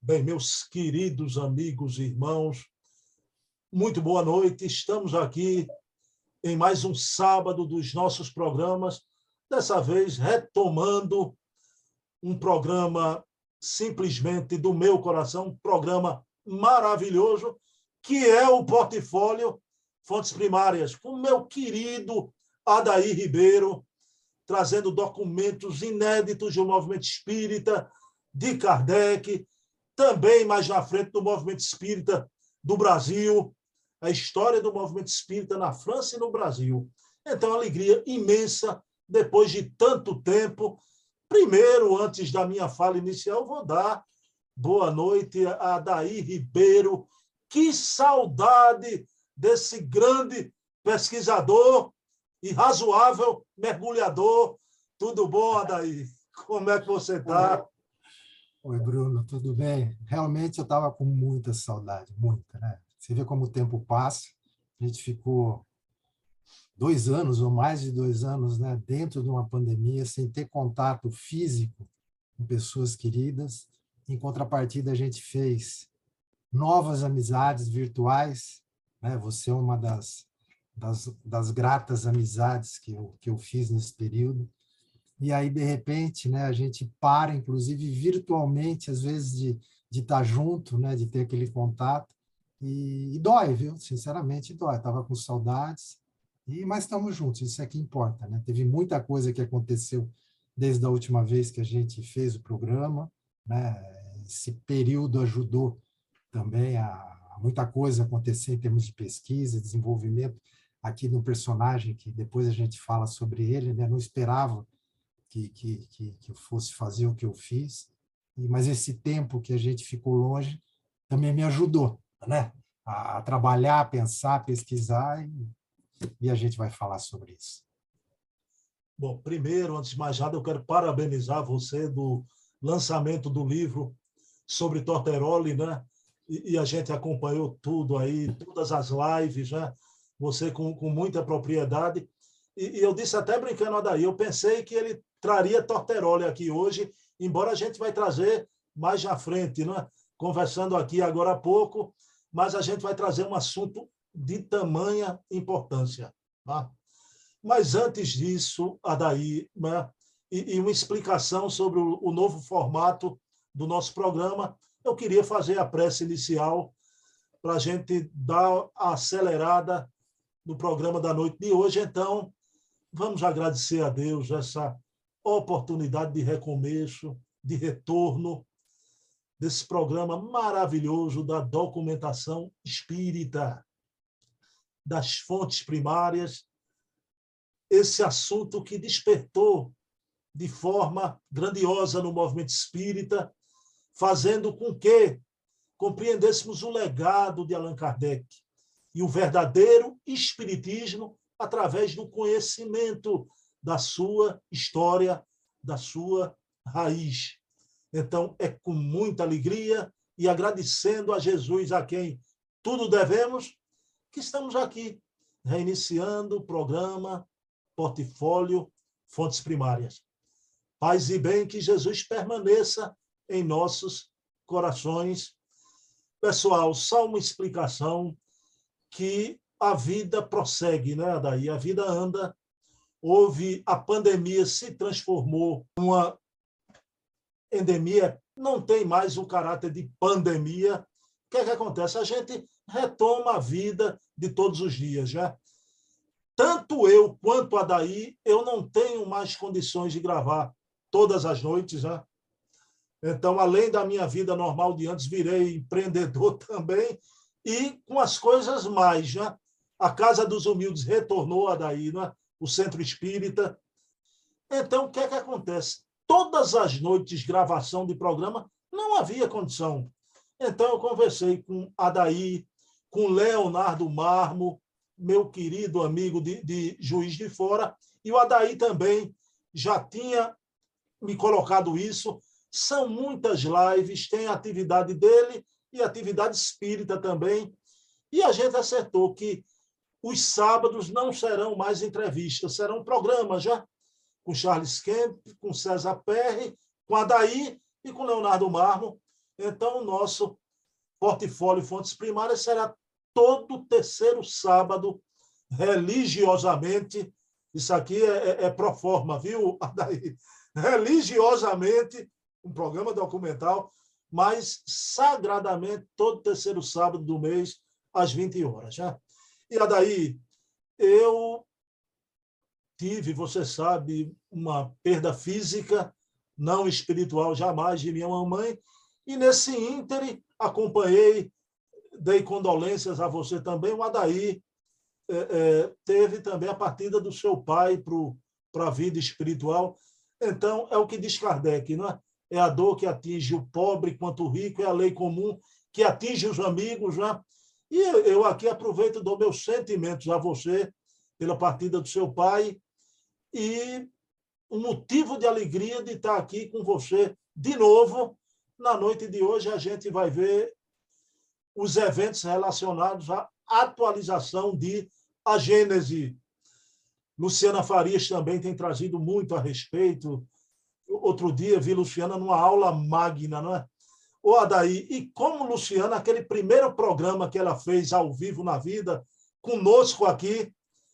Bem, meus queridos amigos e irmãos, muito boa noite. Estamos aqui em mais um sábado dos nossos programas, dessa vez retomando um programa simplesmente do meu coração, um programa maravilhoso, que é o Portfólio Fontes Primárias, com o meu querido Adair Ribeiro, trazendo documentos inéditos do movimento espírita, de Kardec, também mais na frente do movimento espírita do Brasil, a história do movimento espírita na França e no Brasil. Então, alegria imensa, depois de tanto tempo. Primeiro, antes da minha fala inicial, vou dar boa noite a Adair Ribeiro. Que saudade desse grande pesquisador e razoável mergulhador. Tudo bom, Adair? Como é que você está? Oi, Bruno, tudo bem? Realmente eu estava com muita saudade, muita, né? Você vê como o tempo passa, a gente ficou 2 anos ou mais de 2 anos, né, dentro de uma pandemia, sem ter contato físico com pessoas queridas. Em contrapartida, a gente fez novas amizades virtuais, né? Você é uma das gratas amizades que eu fiz nesse período. E aí, de repente, né, a gente para, inclusive virtualmente, às vezes, de estar junto, né, de ter aquele contato, e dói, viu? Sinceramente, dói. Estava com saudades, mas estamos juntos, isso é que importa, né? Teve muita coisa que aconteceu desde a última vez que a gente fez o programa, né? Esse período ajudou também a muita coisa acontecer em termos de pesquisa, desenvolvimento aqui no personagem, que depois a gente fala sobre ele, né? Não esperava que eu fosse fazer o que eu fiz, mas esse tempo que a gente ficou longe também me ajudou, né? A trabalhar, a pensar, pesquisar, e a gente vai falar sobre isso. Bom, primeiro, antes de mais nada, eu quero parabenizar você do lançamento do livro sobre Torteroli, né? E a gente acompanhou tudo aí, todas as lives, né? Você com muita propriedade. E eu disse até brincando, Adair, eu pensei que ele traria Torteroli aqui hoje, embora a gente vai trazer mais à frente, né? Conversando aqui agora há pouco, mas a gente vai trazer um assunto de tamanha importância. Tá? Mas antes disso, Adair, né? E uma explicação sobre o novo formato do nosso programa, eu queria fazer a prece inicial para a gente dar a acelerada no programa da noite de hoje. Então, vamos agradecer a Deus essa oportunidade de recomeço, de retorno desse programa maravilhoso da documentação espírita, das fontes primárias, esse assunto que despertou de forma grandiosa no movimento espírita, fazendo com que compreendêssemos o legado de Allan Kardec e o verdadeiro espiritismo através do conhecimento da sua história, da sua raiz. Então, é com muita alegria e agradecendo a Jesus, a quem tudo devemos, que estamos aqui, reiniciando o programa Portfólio Fontes Primárias. Paz e bem, que Jesus permaneça em nossos corações. Pessoal, só uma explicação que a vida prossegue, né, Daí a vida anda. Houve a pandemia, se transformou numa endemia, não tem mais o caráter de pandemia. O que é que acontece? A gente retoma a vida de todos os dias, já. Tanto eu quanto a Adair, eu não tenho mais condições de gravar todas as noites, né? Então, além da minha vida normal de antes, virei empreendedor também, e com as coisas mais, né? A Casa dos Humildes retornou a Adair, né? O Centro Espírita. Então, o que é que acontece? Todas as noites, gravação de programa, não havia condição. Então, eu conversei com Adair, com Leonardo Marmo, meu querido amigo de Juiz de Fora, e o Adair também já tinha me colocado isso. São muitas lives, tem a atividade dele e a atividade espírita também. E a gente acertou que os sábados não serão mais entrevistas, serão programas já, com Charles Kemp, com César Perry, com Adair e com Leonardo Marmo. Então, o nosso portfólio Fontes Primárias será todo terceiro sábado, religiosamente. Isso aqui é pro forma, viu, Adair? Religiosamente, um programa documental, mas sagradamente, todo terceiro sábado do mês, às 20 horas. Né? E, Adair, eu tive, você sabe, uma perda física, não espiritual jamais, de minha mamãe, e nesse íntere acompanhei, dei condolências a você também, o Adair teve também a partida do seu pai para a vida espiritual. Então, é o que diz Kardec, não é? É a dor que atinge o pobre quanto o rico, é a lei comum que atinge os amigos. Não é? E eu aqui aproveito e dou meus sentimentos a você pela partida do seu pai e um motivo de alegria de estar aqui com você de novo. Na noite de hoje, a gente vai ver os eventos relacionados à atualização de A Gênese. Luciana Farias também tem trazido muito a respeito. Outro dia vi Luciana numa aula magna, não é? Ô, Adair, e como Luciana, aquele primeiro programa que ela fez ao vivo na vida, conosco aqui,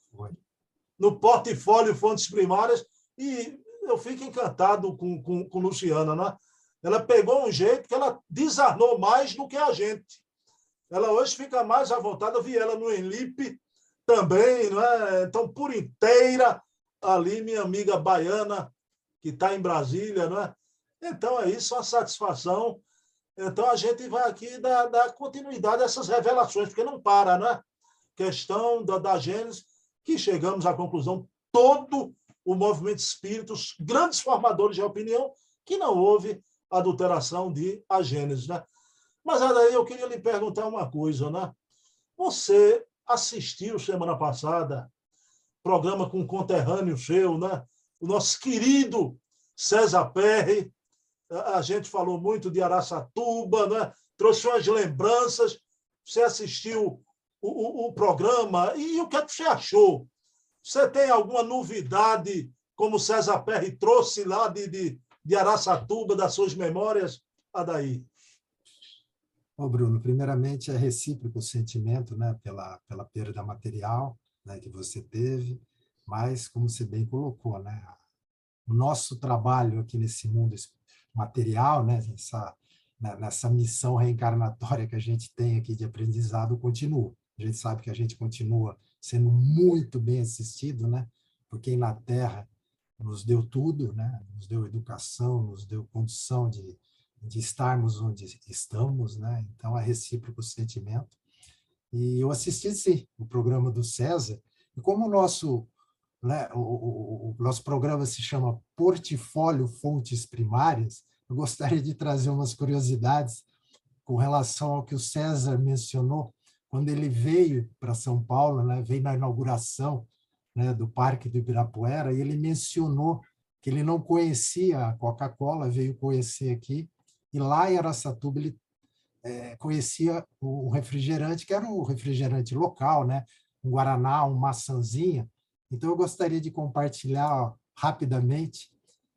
no portfólio Fontes Primárias, e eu fico encantado com Luciana, né? Ela pegou um jeito que ela desarmou mais do que a gente. Ela hoje fica mais à vontade. Eu vi ela no Enlipe também, né? Então, por inteira, ali, minha amiga baiana, que está em Brasília, né? Então, é isso, uma satisfação. Então, a gente vai aqui dar continuidade a essas revelações, porque não para, né? Questão da Gênese, que chegamos à conclusão, todo o movimento espírita, os grandes formadores de opinião, que não houve adulteração de A Gênese, né? Mas aí eu queria lhe perguntar uma coisa, né? Você assistiu semana passada programa com um conterrâneo seu, né? O nosso querido César Perry. A gente falou muito de Araçatuba, né? Trouxe umas lembranças. Você assistiu o programa e o que você achou? Você tem alguma novidade, como César Perry trouxe lá de Araçatuba, das suas memórias, Adair? Bom, Bruno, primeiramente é recíproco o sentimento, né, pela perda material, né, que você teve, mas, como você bem colocou, né, o nosso trabalho aqui nesse mundo material, né, nessa missão reencarnatória que a gente tem aqui de aprendizado, continua. A gente sabe que a gente continua sendo muito bem assistido, né, por quem na Terra nos deu tudo, né, nos deu educação, nos deu condição de estarmos onde estamos, né? Então, é recíproco o sentimento. E eu assisti, sim, o programa do César, e como o nosso, né, o nosso programa se chama Portfólio Fontes Primárias, eu gostaria de trazer umas curiosidades com relação ao que o César mencionou quando ele veio para São Paulo, né, veio na inauguração, né, do Parque do Ibirapuera, e ele mencionou que ele não conhecia a Coca-Cola, veio conhecer aqui, e lá em Araçatuba ele conhecia o refrigerante, que era um refrigerante local, né? Um guaraná, um maçãzinha. Então, eu gostaria de compartilhar rapidamente.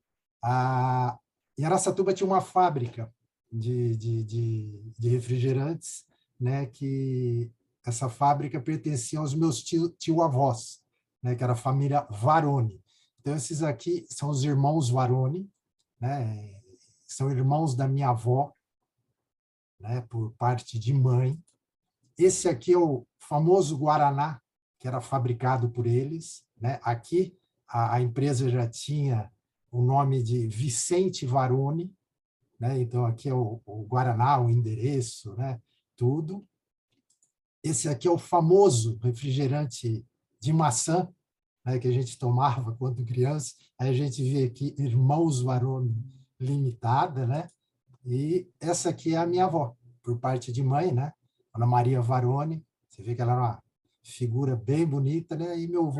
Em Araçatuba tinha uma fábrica de refrigerantes, né? Que essa fábrica pertencia aos meus tio-avós, né? Que era a família Varoni. Então, esses aqui são os irmãos Varoni, né? São irmãos da minha avó, né, por parte de mãe. Esse aqui é o famoso Guaraná, que era fabricado por eles, né? Aqui a empresa já tinha o nome de Vicente Varoni, né? Então aqui é o Guaraná, o endereço, né? Tudo. Esse aqui é o famoso refrigerante de maçã, né, que a gente tomava quando criança. Aí a gente vê aqui Irmãos Varoni Limitada, né? E essa aqui é a minha avó, por parte de mãe, né? Ana Maria Varoni. Você vê que ela era uma figura bem bonita, né? E meu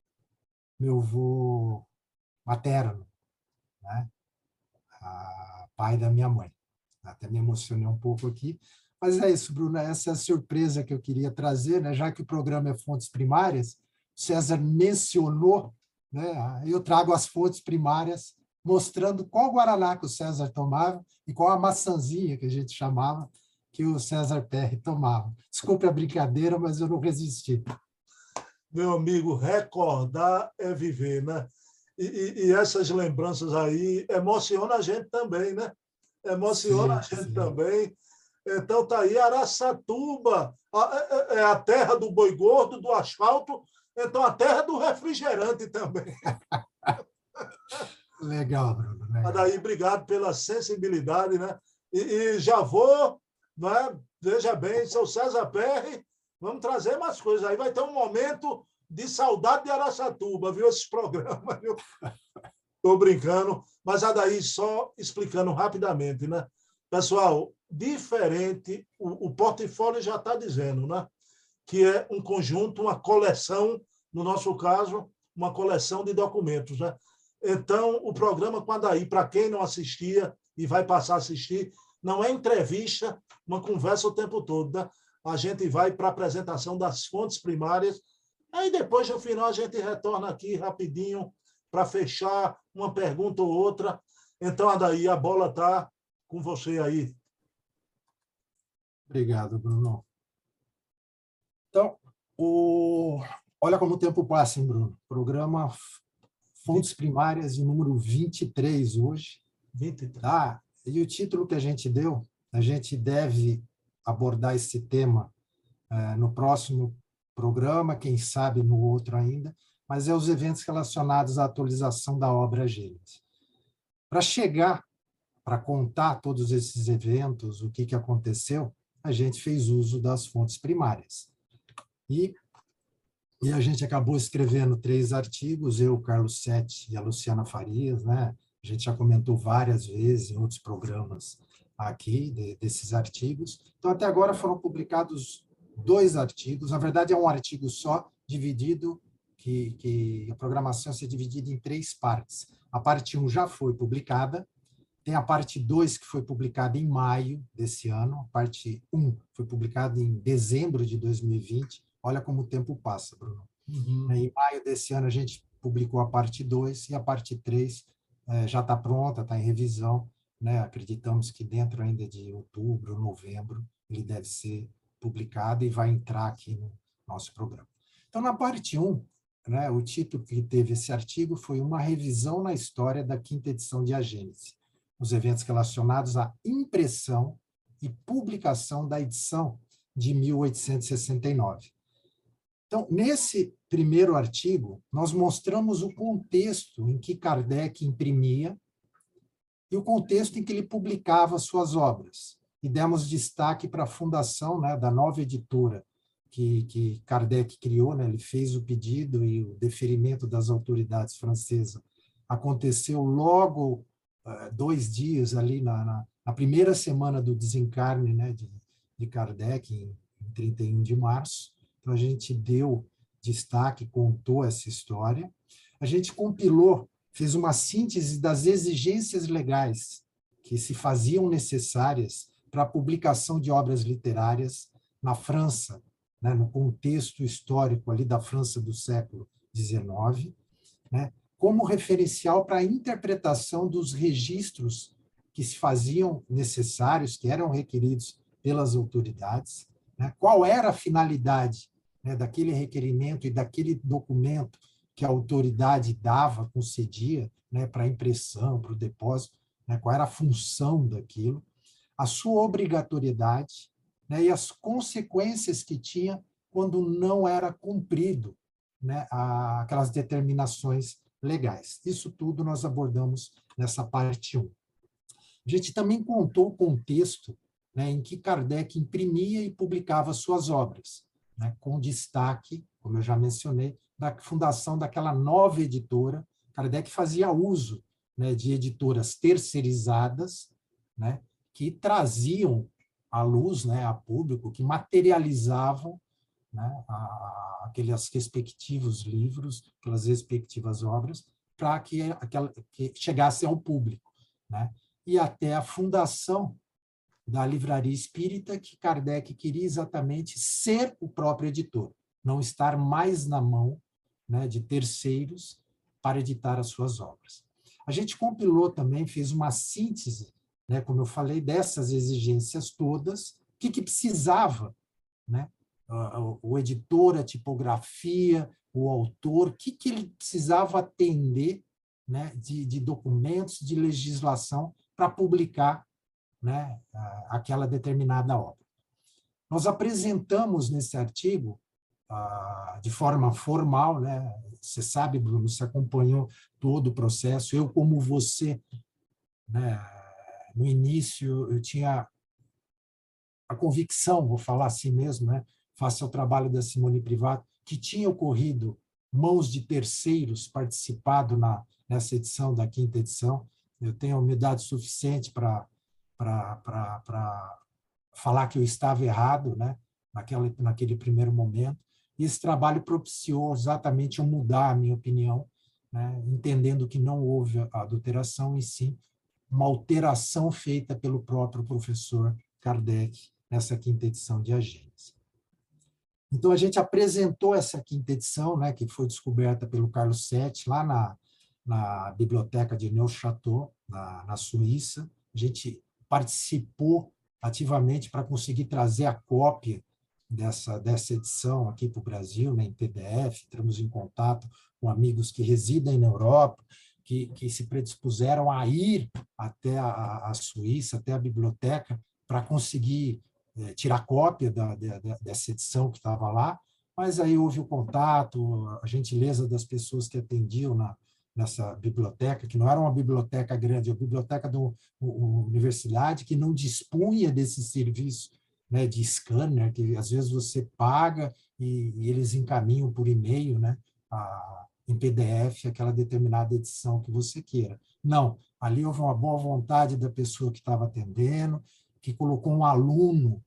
avô materno, né? Pai da minha mãe. Até me emocionei um pouco aqui. Mas é isso, Bruno, essa é a surpresa que eu queria trazer, né? Já que o programa é Fontes Primárias, o César mencionou, né? Eu trago as fontes primárias mostrando qual guaraná que o César tomava e qual a maçãzinha que a gente chamava que o César Perry tomava. Desculpe a brincadeira, mas eu não resisti. Meu amigo, recordar é viver, né? E essas lembranças aí emocionam a gente também, né? Emociona a Sim, gente sim. também. Então tá aí Araçatuba, é a terra do boi gordo, do asfalto, então a terra do refrigerante também. Legal, Bruno, Mas legal. daí, obrigado pela sensibilidade, né? E já vou, né? Veja bem, seu César Perry, vamos trazer mais coisas. Aí vai ter um momento de saudade de Araçatuba, viu? Esses programas, viu? Estou brincando, mas a daí só explicando rapidamente, né? Pessoal, diferente, o portfólio já está dizendo, né? Que é um conjunto, uma coleção, no nosso caso, uma coleção de documentos, né? Então, o programa com a Daí, para quem não assistia e vai passar a assistir, não é entrevista, uma conversa o tempo todo, né? A gente vai para a apresentação das fontes primárias, aí depois, no final, a gente retorna aqui rapidinho para fechar uma pergunta ou outra. Então, Adair, a bola está com você aí. Obrigado, Bruno. Então, olha como o tempo passa, hein, Bruno? Programa Fontes Primárias, de número 23 hoje. 23. Tá? E o título que a gente deu, a gente deve abordar esse tema no próximo programa, quem sabe no outro ainda, mas é os eventos relacionados à atualização da obra Gênesis. Para chegar, para contar todos esses eventos, o que aconteceu, a gente fez uso das fontes primárias. E a gente acabou escrevendo 3 artigos, eu, o Carlos Sete e a Luciana Farias, né? A gente já comentou várias vezes em outros programas aqui desses artigos. Então, até agora foram publicados 2 artigos, na verdade é um artigo só, dividido, que a programação é dividida em 3 partes. A parte 1 já foi publicada, tem a parte 2 que foi publicada em maio desse ano, a parte 1 foi publicada em dezembro de 2020. Olha como o tempo passa, Bruno. Uhum. Em maio desse ano, a gente publicou a parte 2 e a parte 3 já está pronta, está em revisão. Né? Acreditamos que dentro ainda de outubro, novembro, ele deve ser publicado e vai entrar aqui no nosso programa. Então, na parte 1, né, o título que teve esse artigo foi Uma revisão na história da 5ª edição de A Gênese, os eventos relacionados à impressão e publicação da edição de 1869. Então, nesse primeiro artigo, nós mostramos o contexto em que Kardec imprimia e o contexto em que ele publicava suas obras. E demos destaque para a fundação, né, da nova editora que Kardec criou, né, ele fez o pedido e o deferimento das autoridades francesas aconteceu logo 2 dias ali na primeira semana do desencarne, né, de Kardec, em 31 de março. Então, a gente deu destaque, contou essa história. A gente compilou, fez uma síntese das exigências legais que se faziam necessárias para a publicação de obras literárias na França, né, no contexto histórico ali da França do século XIX, né, como referencial para a interpretação dos registros que se faziam necessários, que eram requeridos pelas autoridades, né, qual era a finalidade, né, daquele requerimento e daquele documento que a autoridade dava, concedia, né, para a impressão, para o depósito, né, qual era a função daquilo, a sua obrigatoriedade, né, e as consequências que tinha quando não era cumprido, né, aquelas determinações legais. Isso tudo nós abordamos nessa parte 1. A gente também contou o contexto, né, em que Kardec imprimia e publicava suas obras, né, com destaque, como eu já mencionei, da fundação daquela nova editora. Kardec fazia uso, né, de editoras terceirizadas, né, que traziam à luz, né, a público, que materializavam, né, aqueles respectivos livros, aquelas respectivas obras, para que chegasse ao público, né? E até a fundação da Livraria Espírita, que Kardec queria exatamente ser o próprio editor, não estar mais na mão, né, de terceiros para editar as suas obras. A gente compilou também, fez uma síntese, né, como eu falei, dessas exigências todas, o que precisava, né? O editor, a tipografia, o autor, o que ele precisava atender, né, de documentos, de legislação para publicar, né, aquela determinada obra. Nós apresentamos nesse artigo, de forma formal, né? Você sabe, Bruno, você acompanhou todo o processo. Eu, como você, né, no início, eu tinha a convicção, vou falar assim mesmo, né, face ao trabalho da Simone Privato, que tinha ocorrido mãos de terceiros participado nessa edição, da 5ª edição. Eu tenho humildade suficiente para falar que eu estava errado, né, naquele primeiro momento. E esse trabalho propiciou exatamente eu mudar a minha opinião, né, entendendo que não houve adulteração, e sim uma alteração feita pelo próprio professor Kardec nessa 5ª edição de A Gênese. Então, a gente apresentou essa 5ª edição, né, que foi descoberta pelo Carlos Sete, lá na biblioteca de Neuchâtel, na Suíça. A gente participou ativamente para conseguir trazer a cópia dessa edição aqui para o Brasil, né, em PDF. Entramos em contato com amigos que residem na Europa, que se predispuseram a ir até a Suíça, até a biblioteca, para conseguir tirar cópia dessa edição que estava lá. Mas aí houve o contato, a gentileza das pessoas que atendiam nessa biblioteca, que não era uma biblioteca grande, é uma biblioteca de uma universidade que não dispunha desse serviço, né, de scanner, que às vezes você paga e eles encaminham por e-mail, né, em PDF, aquela determinada edição que você queira. Não, ali houve uma boa vontade da pessoa que estava atendendo, que colocou um aluno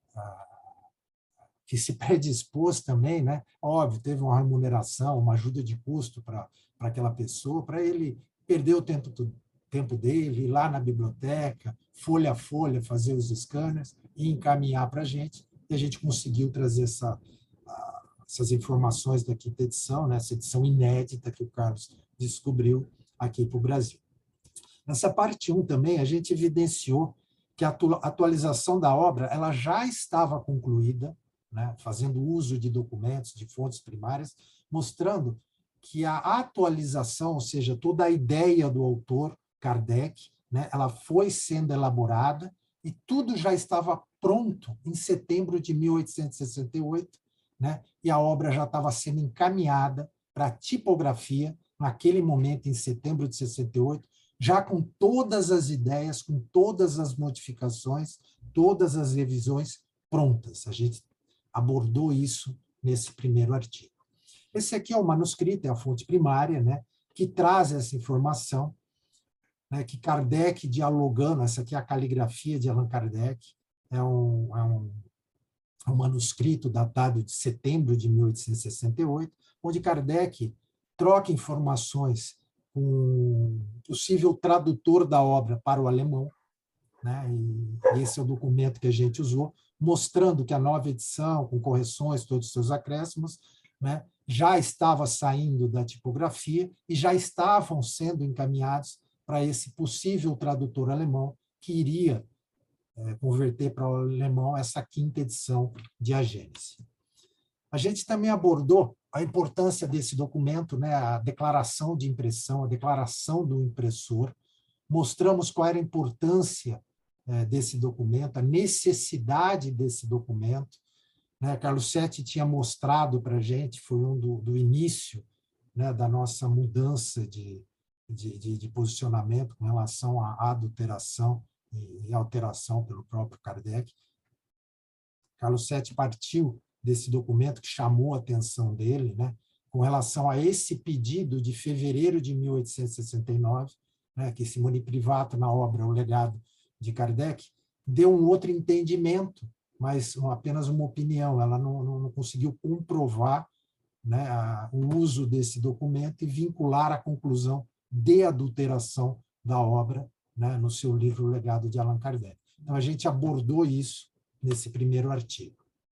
que se predispôs também, né? Óbvio, teve uma remuneração, uma ajuda de custo para aquela pessoa, para ele perder o tempo dele, ir lá na biblioteca, folha a folha, fazer os scanners e encaminhar para a gente, e a gente conseguiu trazer essas informações da 5ª edição, né? Essa edição inédita que o Carlos descobriu aqui para o Brasil. Nessa parte 1 também, a gente evidenciou que a atualização da obra ela já estava concluída, né, fazendo uso de documentos, de fontes primárias, mostrando que a atualização, ou seja, toda a ideia do autor, Kardec, né, ela foi sendo elaborada e tudo já estava pronto em setembro de 1868, né, e a obra já estava sendo encaminhada para a tipografia, naquele momento, em setembro de 68, já com todas as ideias, com todas as modificações, todas as revisões prontas. A gente abordou isso nesse primeiro artigo. Esse aqui é o manuscrito, é a fonte primária, né, que traz essa informação, né, que Kardec dialogando, essa aqui é a caligrafia de Allan Kardec, é um manuscrito datado de setembro de 1868, onde Kardec troca informações com um possível tradutor da obra para o alemão, né? E esse é o documento que a gente usou, mostrando que a nova edição, com correções, todos os seus acréscimos, né, já estava saindo da tipografia e já estavam sendo encaminhados para esse possível tradutor alemão que iria converter para o alemão essa 5ª edição de A Gênese. A gente também abordou a importância desse documento, né, a declaração de impressão, a declaração do impressor. Mostramos qual era a importância desse documento, a necessidade desse documento, né? Carlos Sete tinha mostrado para a gente, foi do início, né, da nossa mudança de posicionamento com relação à adulteração e alteração pelo próprio Kardec. Carlos Sete partiu desse documento que chamou a atenção dele, né, com relação a esse pedido de fevereiro de 1869, né, que Simone Privato, na obra O Legado de Kardec, deu um outro entendimento, mas apenas uma opinião, ela não conseguiu comprovar, né, o uso desse documento e vincular a conclusão de adulteração da obra, né, no seu livro O Legado de Allan Kardec. Então, a gente abordou isso nesse primeiro artigo.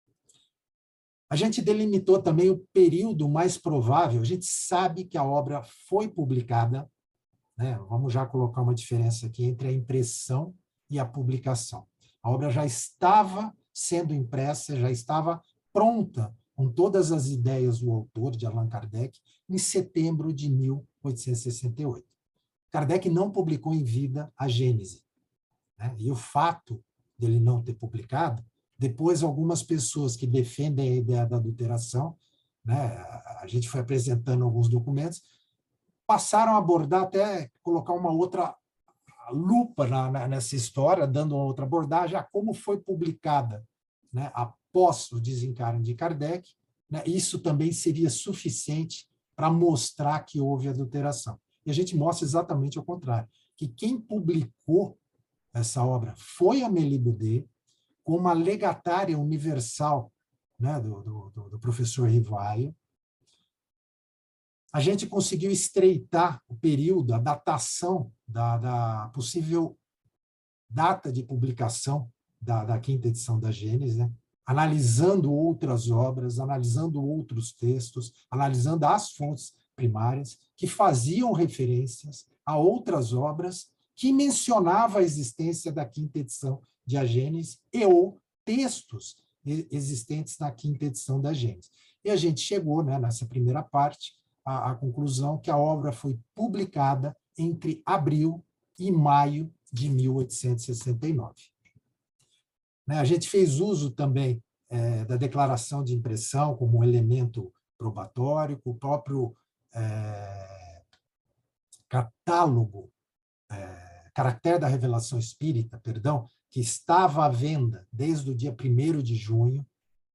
A gente delimitou também o período mais provável. A gente sabe que a obra foi publicada né? Vamos já colocar uma diferença aqui entre a impressão e a publicação. A obra já estava sendo impressa, já estava pronta, com todas as ideias do autor, de Allan Kardec, em setembro de 1868. Kardec não publicou em vida a Gênese, né? E o fato dele não ter publicado, depois algumas pessoas que defendem a ideia da adulteração, né, a gente foi apresentando alguns documentos, passaram a abordar, até colocar uma outra lupa nessa história, dando uma outra abordagem a como foi publicada, né, após o desencarne de Kardec, né, isso também seria suficiente para mostrar que houve adulteração. E a gente mostra exatamente o contrário, que quem publicou essa obra foi Amélie Baudet, com uma legatária universal, né, do professor Rivaio. A gente conseguiu estreitar o período, a datação da possível data de publicação da quinta edição da Gênese, né? Analisando outras obras, analisando outros textos, analisando as fontes primárias que faziam referências a outras obras que mencionavam a existência da quinta edição de A Gênese e ou textos existentes na quinta edição da Gênese. E a gente chegou, né, nessa primeira parte, à conclusão que a obra foi publicada entre abril e maio de 1869. A gente fez uso também da declaração de impressão como um elemento probatório, o próprio catálogo, Caractere da Revelação Espírita, perdão, que estava à venda desde o dia 1º de junho,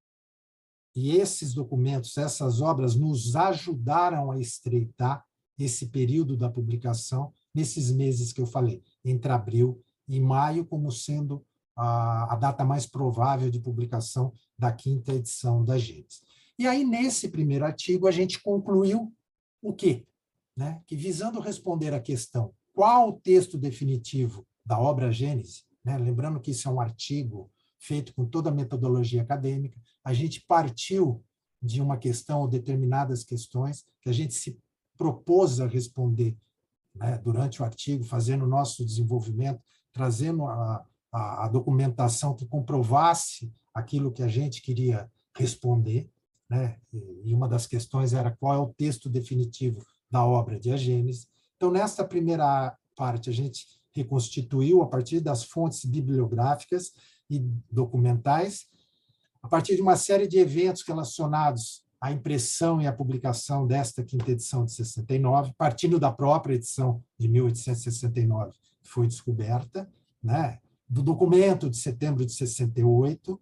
e esses documentos, essas obras, nos ajudaram a estreitar esse período da publicação, nesses meses que eu falei, entre abril e maio, como sendo a data mais provável de publicação da quinta edição da Gênese. E aí, nesse primeiro artigo, a gente concluiu o quê? Né? Que, visando responder à questão qual o texto definitivo da obra Gênese, né? Lembrando que isso é um artigo feito com toda a metodologia acadêmica, a gente partiu de uma questão ou determinadas questões que a gente se propôs a responder, né, durante o artigo, fazendo o nosso desenvolvimento, trazendo a documentação que comprovasse aquilo que a gente queria responder, né? E uma das questões era qual é o texto definitivo da obra de A Gênese. Então, nessa primeira parte, a gente reconstituiu, a partir das fontes bibliográficas e documentais, a partir de uma série de eventos relacionados à impressão e à publicação desta quinta edição de 69, partindo da própria edição de 1869, que foi descoberta, né, do documento de setembro de 68,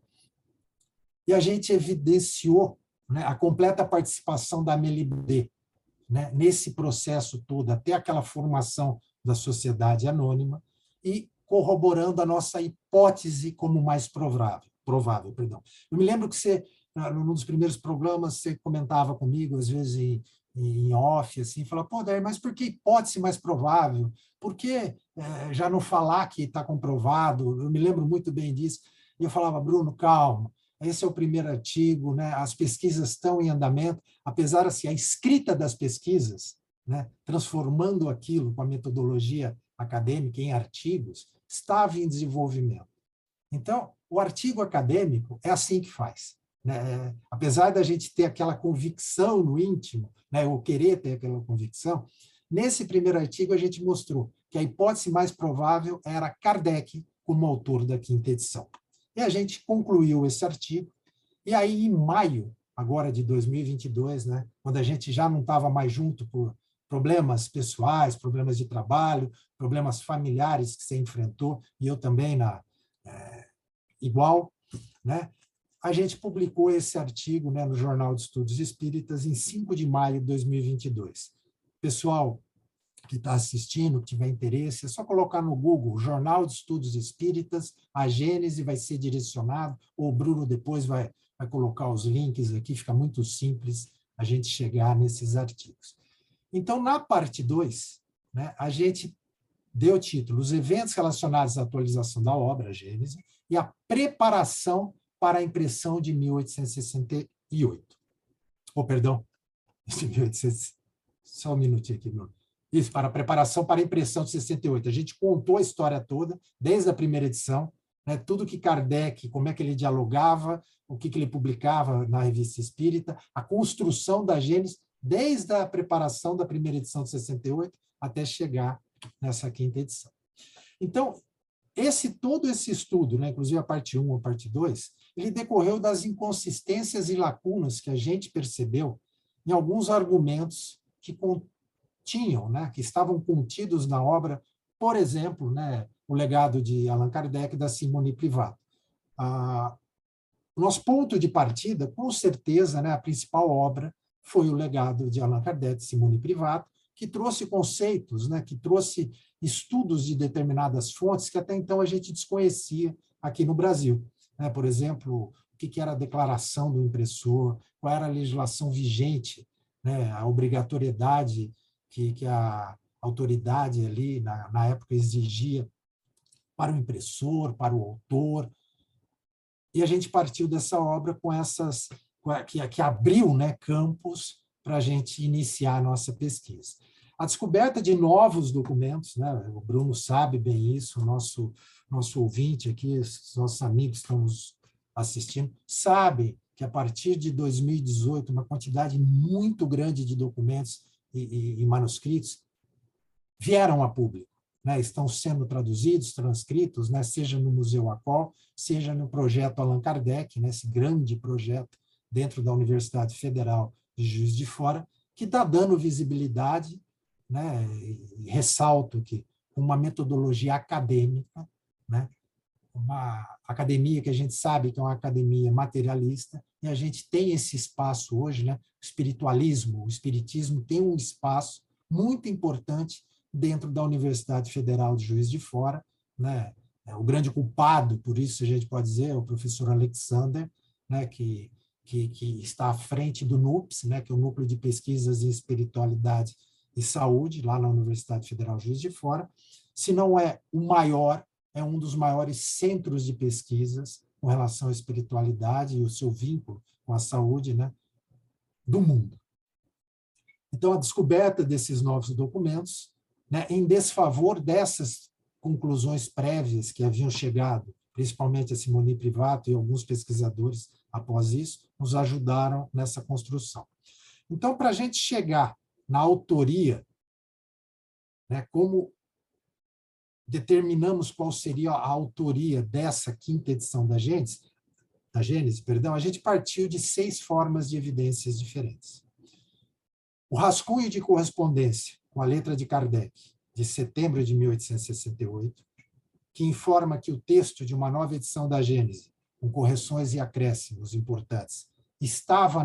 e a gente evidenciou, né, a completa participação da Amélie Baudet, né, nesse processo todo, até aquela formação da sociedade anônima, e corroborando a nossa hipótese como mais provável. Eu me lembro que você, num dos primeiros programas, você comentava comigo, às vezes em off, assim, falava, pô, Daí, mas por que hipótese mais provável? Por que já não falar que está comprovado? Eu me lembro muito bem disso. E eu falava, Bruno, calma, esse é o primeiro artigo, né? As pesquisas estão em andamento, apesar assim, a escrita das pesquisas, né, transformando aquilo com a metodologia acadêmica em artigos, estava em desenvolvimento. Então, o artigo acadêmico é assim que faz, né? Apesar da gente ter aquela convicção no íntimo, né, ou querer ter aquela convicção, nesse primeiro artigo a gente mostrou que a hipótese mais provável era Kardec como autor da quinta edição. E a gente concluiu esse artigo, e aí em maio, agora de 2022, né, quando a gente já não estava mais junto por problemas pessoais, problemas de trabalho, problemas familiares que você enfrentou, e eu também igual, né? A gente publicou esse artigo, né, no Jornal de Estudos Espíritas em 5 de maio de 2022. Pessoal que está assistindo, que tiver interesse, é só colocar no Google Jornal de Estudos Espíritas, a Gênese vai ser direcionado, ou o Bruno depois vai colocar os links aqui, fica muito simples a gente chegar nesses artigos. Então, na parte 2, né, a gente deu o título Os eventos relacionados à atualização da obra Gênese e a preparação para a impressão de 1868. Perdão, só um minutinho aqui, Bruno. Isso, para a preparação para a impressão de 68. A gente contou a história toda, desde a primeira edição, né, tudo que Kardec, como é que ele dialogava, o que ele publicava na Revista Espírita, a construção da Gênesis, desde a preparação da primeira edição de 68 até chegar nessa quinta edição. Então, todo esse estudo, né, inclusive a parte 1 a parte 2, ele decorreu das inconsistências e lacunas que a gente percebeu em alguns argumentos que continham, né, que estavam contidos na obra, por exemplo, né, o legado de Allan Kardec da Simone Privato. O nosso ponto de partida, com certeza, né, a principal obra foi o legado de Allan Kardec, Simone Privato, que trouxe conceitos, né, que trouxe estudos de determinadas fontes que até então a gente desconhecia aqui no Brasil. Né? Por exemplo, o que era a declaração do impressor, qual era a legislação vigente, né, a obrigatoriedade que a autoridade ali, na época, exigia para o impressor, para o autor. E a gente partiu dessa obra com essas que abriu, né, campos para a gente iniciar a nossa pesquisa. A descoberta de novos documentos, né, o Bruno sabe bem isso, o nosso ouvinte aqui, os nossos amigos que estão nos assistindo, sabem que a partir de 2018, uma quantidade muito grande de documentos e manuscritos vieram a público. Né, estão sendo traduzidos, transcritos, né, seja no Museu ACOL, seja no projeto Allan Kardec, né, esse grande projeto dentro da Universidade Federal de Juiz de Fora, que está dando visibilidade, né, e ressalto que uma metodologia acadêmica, né, uma academia que a gente sabe que é uma academia materialista, e a gente tem esse espaço hoje, né, o espiritismo tem um espaço muito importante dentro da Universidade Federal de Juiz de Fora, né? O grande culpado, por isso a gente pode dizer, é o professor Alexander, né? que está à frente do NUPS, né? Que é o Núcleo de Pesquisas em Espiritualidade e Saúde, lá na Universidade Federal de Juiz de Fora. Se não é o maior, é um dos maiores centros de pesquisas com relação à espiritualidade e o seu vínculo com a saúde, né? Do mundo. Então, a descoberta desses novos documentos, né, em desfavor dessas conclusões prévias que haviam chegado, principalmente a Simone Privato e alguns pesquisadores após isso, nos ajudaram nessa construção. Então, para a gente chegar na autoria, né, como determinamos qual seria a autoria dessa quinta edição da Gênesis, a gente partiu de 6 formas de evidências diferentes. O rascunho de correspondência com a letra de Kardec, de setembro de 1868, que informa que o texto de uma nova edição da Gênese, com correções e acréscimos importantes, estava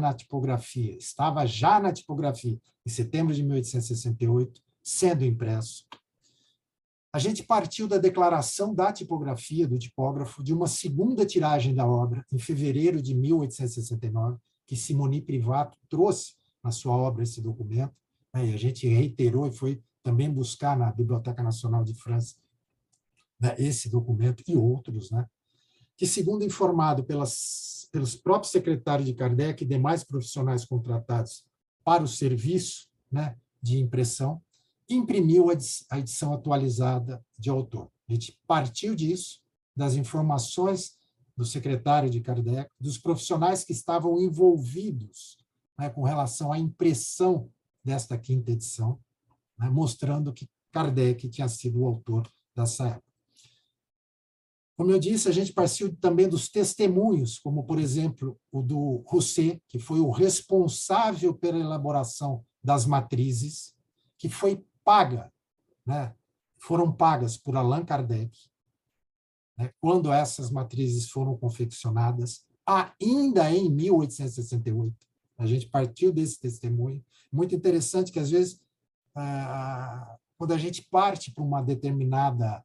já na tipografia, em setembro de 1868, sendo impresso. A gente partiu da declaração da tipografia do tipógrafo de uma segunda tiragem da obra, em fevereiro de 1869, que Simone Privato trouxe na sua obra esse documento, né, e a gente reiterou e foi também buscar na Biblioteca Nacional de França, né, esse documento e outros, né, que, segundo informado pelos próprios secretários de Kardec e demais profissionais contratados para o serviço, né, de impressão, imprimiu a edição atualizada de autor. A gente partiu disso, das informações do secretário de Kardec, dos profissionais que estavam envolvidos, né, com relação à impressão desta quinta edição, né, mostrando que Kardec tinha sido o autor dessa época. Como eu disse, a gente partiu também dos testemunhos, como, por exemplo, o do Rousset, que foi o responsável pela elaboração das matrizes, que foi paga, né, foram pagas por Allan Kardec, né, quando essas matrizes foram confeccionadas, ainda em 1868. A gente partiu desse testemunho. Muito interessante que, às vezes, quando a gente parte para uma determinada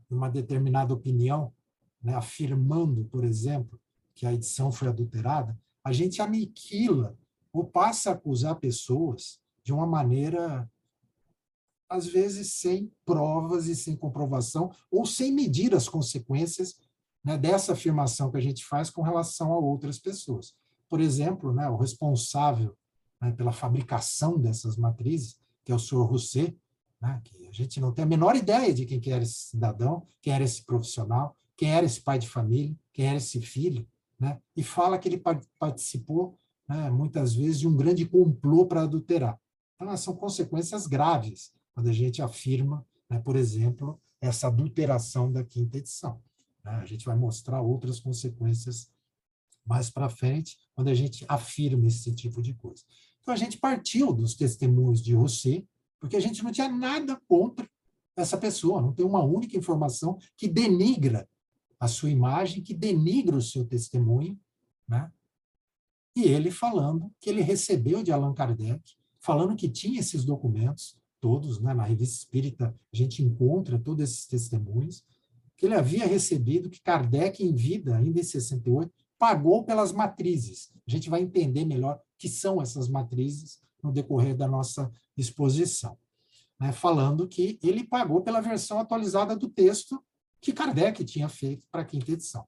opinião, né, afirmando, por exemplo, que a edição foi adulterada, a gente aniquila ou passa a acusar pessoas de uma maneira, às vezes, sem provas e sem comprovação, ou sem medir as consequências, né, dessa afirmação que a gente faz com relação a outras pessoas. Por exemplo, né, o responsável, né, pela fabricação dessas matrizes, que é o senhor Rousset, né? Que a gente não tem a menor ideia de quem que era esse cidadão, quem era esse profissional, quem era esse pai de família, quem era esse filho, né? E fala que ele participou, né, muitas vezes, de um grande complô para adulterar. Então, são consequências graves quando a gente afirma, né, por exemplo, essa adulteração da quinta edição, né? A gente vai mostrar outras consequências mais para frente, quando a gente afirma esse tipo de coisa. Então, a gente partiu dos testemunhos de José, porque a gente não tinha nada contra essa pessoa, não tem uma única informação que denigra a sua imagem, que denigra o seu testemunho, né? E ele falando que ele recebeu de Allan Kardec, falando que tinha esses documentos, todos, né? Na Revista Espírita a gente encontra todos esses testemunhos, que ele havia recebido, que Kardec, em vida, ainda em 68, pagou pelas matrizes. A gente vai entender melhor o que são essas matrizes no decorrer da nossa exposição, né? Falando que ele pagou pela versão atualizada do texto que Kardec tinha feito para a quinta edição.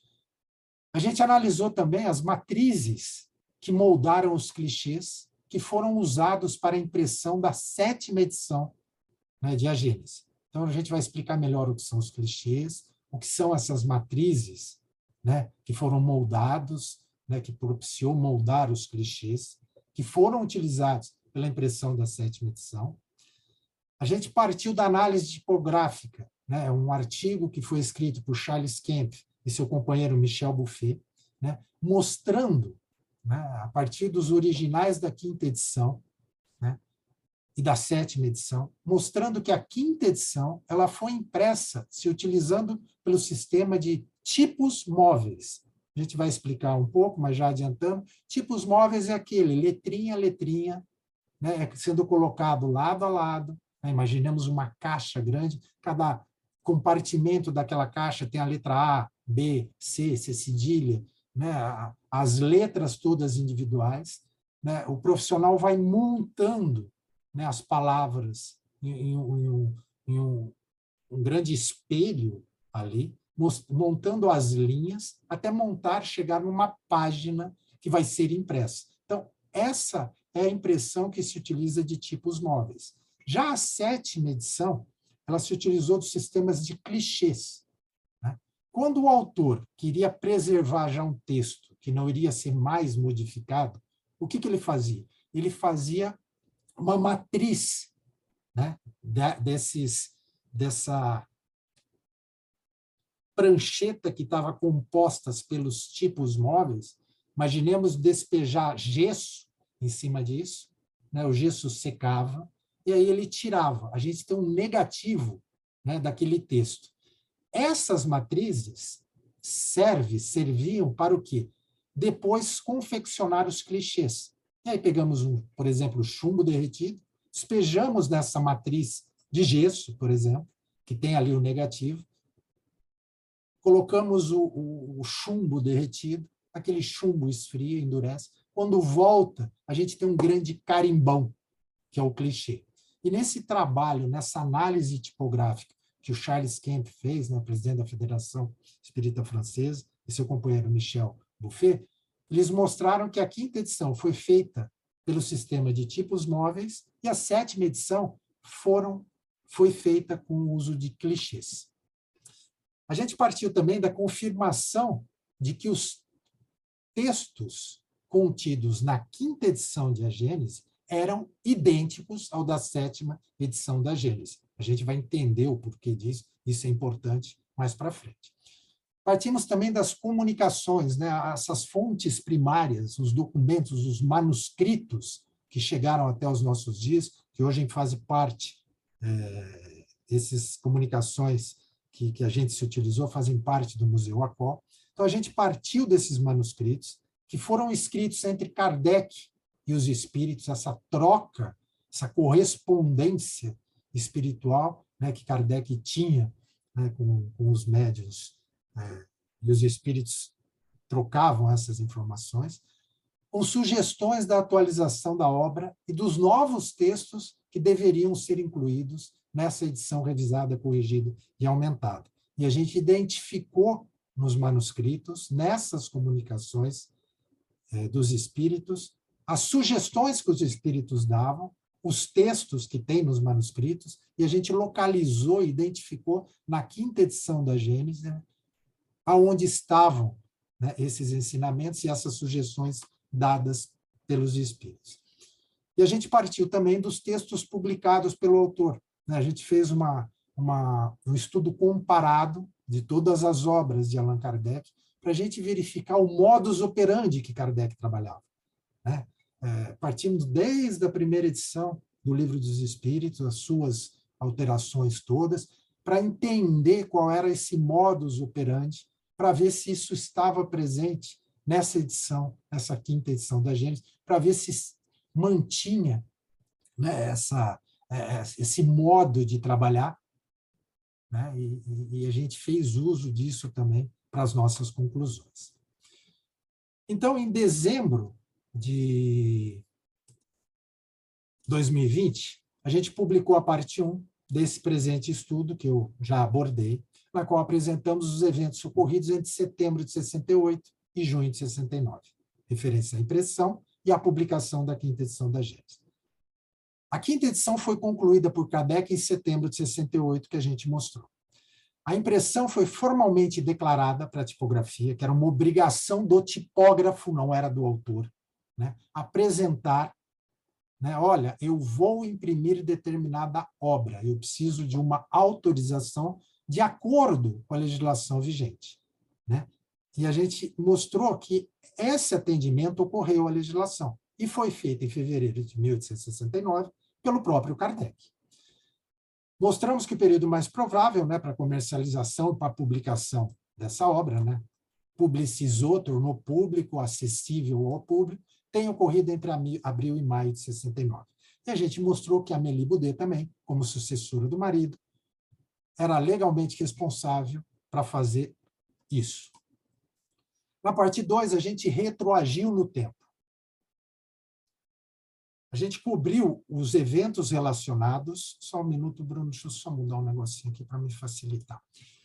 A gente analisou também as matrizes que moldaram os clichês que foram usados para a impressão da 7ª edição, né, de A Gênese. Então, a gente vai explicar melhor o que são os clichês, o que são essas matrizes, né, que foram moldados, né, que propiciou moldar os clichês, que foram utilizados pela impressão da 7ª edição. A gente partiu da análise tipográfica, né, um artigo que foi escrito por Charles Kemp e seu companheiro Michel Buffet, né, mostrando, né, a partir dos originais da quinta edição, né, e da 7ª edição, mostrando que a quinta edição ela foi impressa se utilizando pelo sistema de tipos móveis. A gente vai explicar um pouco, mas já adiantando, tipos móveis é aquele, letrinha a letrinha, né, sendo colocado lado a lado, né, imaginemos uma caixa grande, cada compartimento daquela caixa tem a letra A, B, C cedilha, né, as letras todas individuais, né, o profissional vai montando, né, as palavras em um grande espelho ali, montando as linhas até chegar numa página que vai ser impressa. Então, essa é a impressão que se utiliza de tipos móveis. Já a 7ª edição, ela se utilizou dos sistemas de clichês, né? Quando o autor queria preservar já um texto que não iria ser mais modificado, o que ele fazia? Ele fazia uma matriz, né, dessa prancheta que estava composta pelos tipos móveis. Imaginemos despejar gesso em cima disso, né, o gesso secava, e aí ele tirava. A gente tem um negativo, né, daquele texto. Essas matrizes serviam para o quê? Depois confeccionar os clichês. E aí pegamos, por exemplo, chumbo derretido, despejamos nessa matriz de gesso, por exemplo, que tem ali o negativo, colocamos o chumbo derretido, aquele chumbo esfria, endurece. Quando volta, a gente tem um grande carimbão, que é o clichê. E nesse trabalho, nessa análise tipográfica que o Charles Kemp fez, né, presidente da Federação Espírita Francesa, e seu companheiro Michel Buffet, eles mostraram que a quinta edição foi feita pelo sistema de tipos móveis e a 7ª edição foi feita com o uso de clichês. A gente partiu também da confirmação de que os textos contidos na quinta edição de A Gênese eram idênticos ao da 7ª edição da Gênese. A gente vai entender o porquê disso, isso é importante mais para frente. Partimos também das comunicações, né, essas fontes primárias, os documentos, os manuscritos que chegaram até os nossos dias, que hoje fazem parte, essas comunicações que a gente se utilizou, fazem parte do Museu Acó. Então, a gente partiu desses manuscritos, que foram escritos entre Kardec e os espíritos, essa troca, essa correspondência espiritual, né, que Kardec tinha, né, com os médiuns, e os espíritos trocavam essas informações, com sugestões da atualização da obra e dos novos textos que deveriam ser incluídos nessa edição revisada, corrigida e aumentada. E a gente identificou nos manuscritos, nessas comunicações dos espíritos, as sugestões que os espíritos davam, os textos que tem nos manuscritos, e a gente localizou e identificou na quinta edição da Gênesis, né, aonde estavam, né, esses ensinamentos e essas sugestões dadas pelos Espíritos. E a gente partiu também dos textos publicados pelo autor, né? A gente fez um estudo comparado de todas as obras de Allan Kardec, para a gente verificar o modus operandi que Kardec trabalhava, né? Partimos desde a primeira edição do Livro dos Espíritos, as suas alterações todas, para entender qual era esse modus operandi, para ver se isso estava presente nessa edição, nessa quinta edição da Gênesis, para ver se mantinha, né, esse modo de trabalhar, né, e a gente fez uso disso também para as nossas conclusões. Então, em dezembro de 2020, a gente publicou a parte 1 desse presente estudo, que eu já abordei, na qual apresentamos os eventos ocorridos entre setembro de 68 e junho de 69, referência à impressão e à publicação da quinta edição da Gênesis. A quinta edição foi concluída por Kardec em setembro de 68, que a gente mostrou. A impressão foi formalmente declarada para a tipografia, que era uma obrigação do tipógrafo, não era do autor, né, apresentar, né, olha, eu vou imprimir determinada obra, eu preciso de uma autorização de acordo com a legislação vigente, né? E a gente mostrou que esse atendimento ocorreu à legislação e foi feito em fevereiro de 1869 pelo próprio Kardec. Mostramos que o período mais provável, né, para a comercialização e para a publicação dessa obra, né, publicizou, tornou público, acessível ao público, tem ocorrido entre abril e maio de 69. E a gente mostrou que a Amélie Boudet também, como sucessora do marido, era legalmente responsável para fazer isso. Na parte 2, a gente retroagiu no tempo. A gente cobriu os eventos relacionados... Só um minuto, Bruno, deixa eu só mudar um negocinho aqui para me facilitar.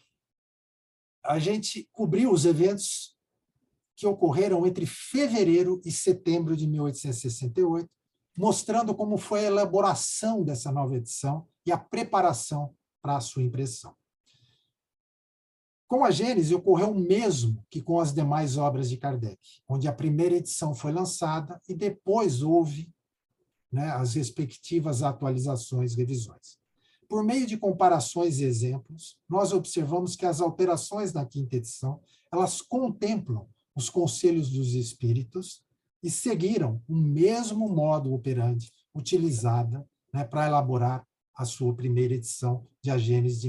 A gente cobriu os eventos que ocorreram entre fevereiro e setembro de 1868, mostrando como foi a elaboração dessa nova edição e a preparação para a sua impressão. Com a Gênesis, ocorreu o mesmo que com as demais obras de Kardec, onde a primeira edição foi lançada e depois houve, né, as respectivas atualizações e revisões. Por meio de comparações e exemplos, nós observamos que as alterações na quinta edição, elas contemplam os conselhos dos espíritos e seguiram o mesmo modo operandi utilizado, né, para elaborar a sua primeira edição de A Gênesis de